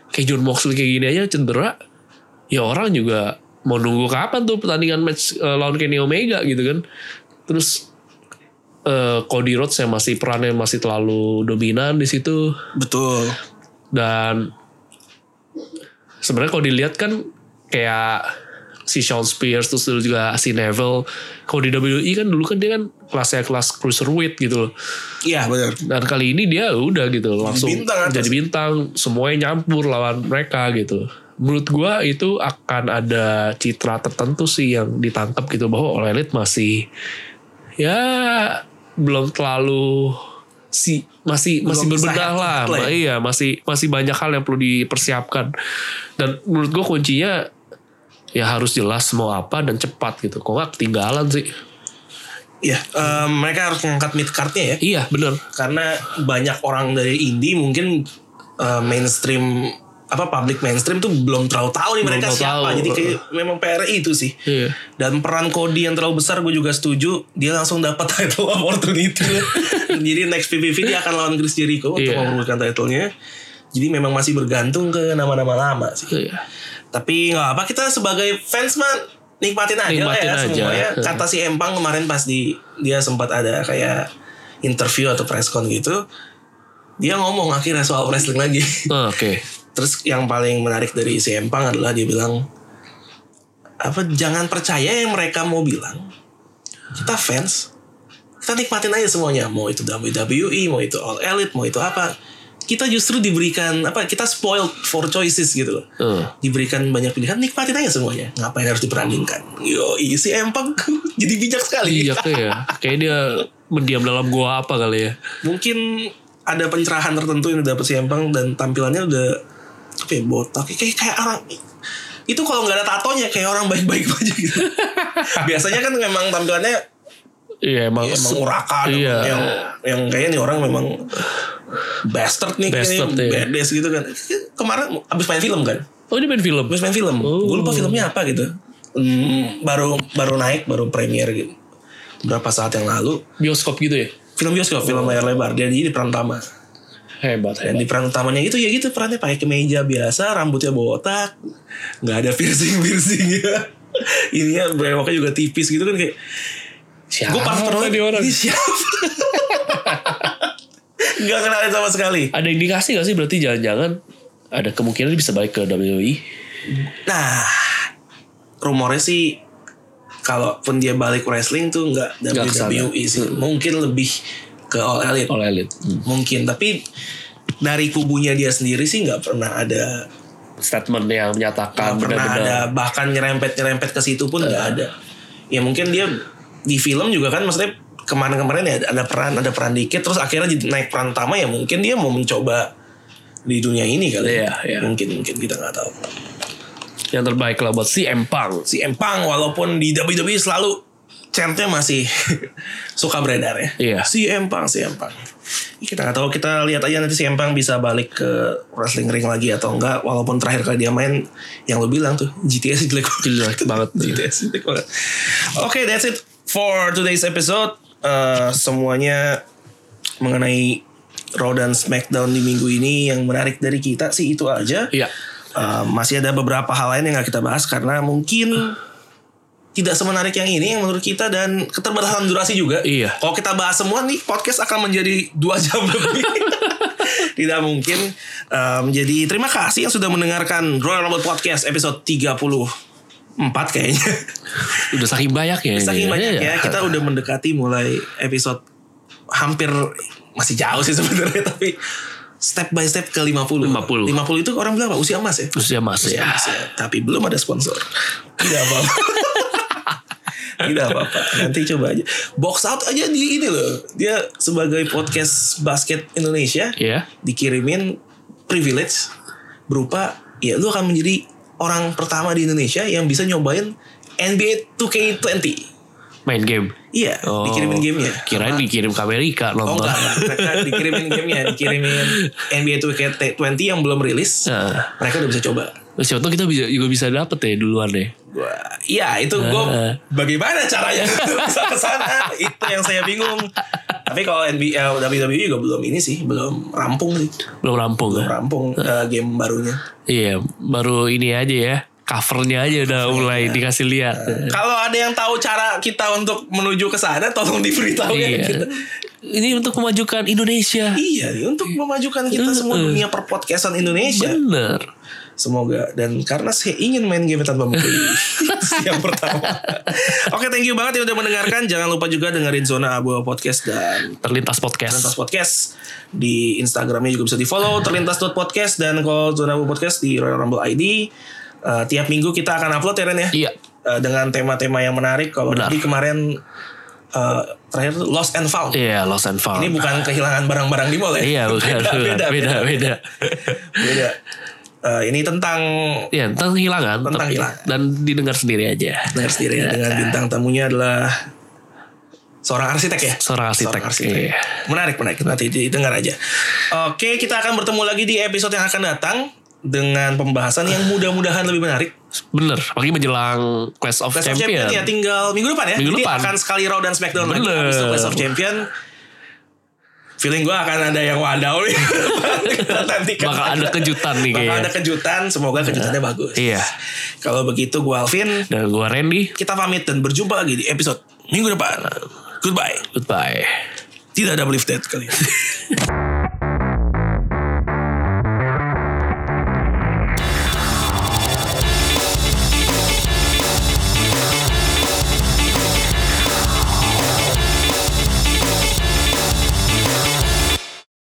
kayak John Moxley kayak gini aja cedera, ya orang juga mau nunggu kapan tuh pertandingan match lawan Kenny Omega gitu kan. Terus Cody Rhodes yang perannya masih terlalu dominan di situ. Betul. Dan sebenarnya kalau dilihat kan kayak si Shawn Spears terus juga si Neville, kalau di WWE kan dulu kan dia kan kelasnya kelas cruiserweight gitu loh. Iya benar. Dan kali ini dia udah gitu langsung jadi bintang, semuanya nyampur lawan mereka gitu. Menurut gua itu akan ada citra tertentu sih yang ditangkap gitu, bahwa All Elite masih ya belum terlalu masih berbenah lah. Iya, masih banyak hal yang perlu dipersiapkan. Dan menurut gua kuncinya ya harus jelas mau apa dan cepat gitu. Kok nggak ketinggalan sih. Iya, mereka harus ngangkat mid card-nya ya. Iya, benar. Karena banyak orang dari indie mungkin mainstream public mainstream tuh belum terlalu tahu nih mereka siapa. Jadi kayak memang PR itu sih. Iya. Dan peran Cody yang terlalu besar gue juga setuju. Dia langsung dapat title opportunity. Jadi next PPV dia akan lawan Chris Jericho untuk merebutkan title-nya. Jadi memang masih bergantung ke nama-nama lama sih. Iya. Tapi nggak apa, kita sebagai fans mah nikmatin aja lah ya semuanya. Kata si Empang kemarin pas dia sempat ada kayak interview atau press con gitu, dia ngomong akhirnya soal wrestling lagi. Oke. Terus yang paling menarik dari si Empang adalah dia bilang jangan percaya yang mereka mau bilang. Kita fans, kita nikmatin aja semuanya. Mau itu WWE, mau itu All Elite, mau itu apa. Kita justru diberikan kita spoiled for choices gitu loh. Diberikan banyak pilihan, nikmatin aja semuanya. Ngapain harus diperandingkan? Si Empang jadi bijak sekali. Bijak ya. Kayak dia mendiam dalam gua apa kali ya. Mungkin ada pencerahan tertentu yang dapat si Empang dan tampilannya udah botak kayak orang itu kalau nggak ada tatonya kayak orang baik-baik aja gitu. Biasanya kan memang tampilannya emang urakan, yang kayaknya nih orang memang bastard nih, badass gitu kan. Kemarin abis main film kan. Oh, dia main film. Abis main film. Gue lupa filmnya apa gitu. Baru naik, baru premier gitu. Berapa saat yang lalu. Bioskop gitu ya? Film bioskop, film layar lebar. Dia di peran utama. Hebat. Dan di peran utamanya itu ya gitu, perannya pakai kemeja biasa, rambutnya botak, nggak ada piercing ya. Ininya brewoknya juga tipis gitu kan, kayak gue pas pernah ini siapa? Nggak kenalin sama sekali. Ada indikasi nggak sih berarti jangan-jangan ada kemungkinan bisa balik ke WWE? Nah, rumornya sih kalaupun dia balik wrestling tuh nggak WWE sih, mungkin lebih ke All Elite. Mungkin, tapi dari kubunya dia sendiri sih nggak pernah ada statement yang menyatakan benar-benar ada, bahkan nyerempet ke situ pun nggak ada. Ya mungkin dia di film juga kan, maksudnya kemarin ya ada peran dikit, terus akhirnya naik peran utama, ya mungkin dia mau mencoba di dunia ini kali. Iya. Mungkin kita nggak tahu. Yang terbaik lah buat si Empang walaupun di WWE selalu chantnya masih suka beredar ya. Iya. Si Empang. Kita nggak tahu, kita lihat aja nanti si Empang bisa balik ke wrestling ring lagi atau enggak. Walaupun terakhir kali dia main, yang lo bilang tuh GTS jelek banget. GTS jelek banget. Oke, that's it for today's episode. Semuanya mengenai Raw dan SmackDown di minggu ini yang menarik dari kita sih itu aja. Iya. Masih ada beberapa hal lain yang nggak kita bahas karena mungkin tidak semenarik yang ini yang menurut kita, dan keterbatasan durasi juga. Iya. Kalau kita bahas semua nih, podcast akan menjadi 2 jam lebih. Tidak mungkin. Jadi terima kasih yang sudah mendengarkan Royal Rumble Podcast episode 34 kayaknya. Udah saking banyak ya. Ya. Kita udah mendekati mulai episode hampir, masih jauh sih sebenarnya, tapi step by step ke 50 itu orang bilang apa? Usia emas ya? Usia emas ya. Tapi belum ada sponsor. Tidak apa-apa. Tidak apa-apa. Nanti coba aja. Box Out aja di ini loh. Dia sebagai podcast basket Indonesia, dikirimin privilege berupa lu akan menjadi orang pertama di Indonesia yang bisa nyobain NBA 2K20. Main game. Iya, dikirimin gamenya. Kirain dikirim ke Amerika nonton. Mereka dikirimin gamenya, dikirimin NBA 2K20 yang belum rilis. Mereka udah bisa coba. Siapa tahu kita juga bisa dapet ya duluan deh. Iya, itu gue bagaimana caranya bisa ke sana? Itu yang saya bingung. Tapi kalau WWE juga belum ini sih, belum rampung sih. Belum rampung. Belum rampung game barunya. Iya, baru ini aja ya. Covernya aja udah mulai dikasih lihat. Kalau ada yang tahu cara kita untuk menuju ke sana, tolong diberitahu ya kita. Ini untuk memajukan Indonesia. Iya, untuk memajukan kita semua dunia perpodcastan Indonesia. Bener. Semoga. Dan karena saya ingin main game tanpa mukul. Yang pertama. Oke, thank you banget yang udah mendengarkan. Jangan lupa juga dengerin Zona Abu Podcast dan Terlintas Podcast. Terlintas Podcast. Di Instagramnya juga bisa di follow terlintas.podcast. Dan kalau Zona Abu Podcast di Royal Rumble ID. Tiap minggu kita akan upload ya Ren ya. Iya. Dengan tema-tema yang menarik. Kalau tadi kemarin terakhir Lost and Found. Iya, Lost and Found. Ini bukan kehilangan barang-barang di mall ya. Iya, bukan. Beda. Ini tentang kehilangan. Dan didengar sendiri aja. Dengar sendiri ya. Dengan bintang tamunya adalah seorang arsitek ya. Seorang arsitek. Iya. Menarik. Nanti didengar aja. Oke, kita akan bertemu lagi di episode yang akan datang dengan pembahasan yang mudah-mudahan lebih menarik. Bener, apalagi menjelang Clash of Champion. Ya tinggal minggu depan ya. Jadi akan sekali Raw dan Smackdown lagi habis Clash of Champion. Feeling gue akan ada yang wadaw nih. Bakal ada kejutan nih kayaknya. Bakal ada kejutan, semoga kejutannya bagus. Iya. Kalau begitu gue Alvin dan gue Randy. Kita pamit dan berjumpa lagi di episode minggu depan. Goodbye. Tidak ada believe that kali ini.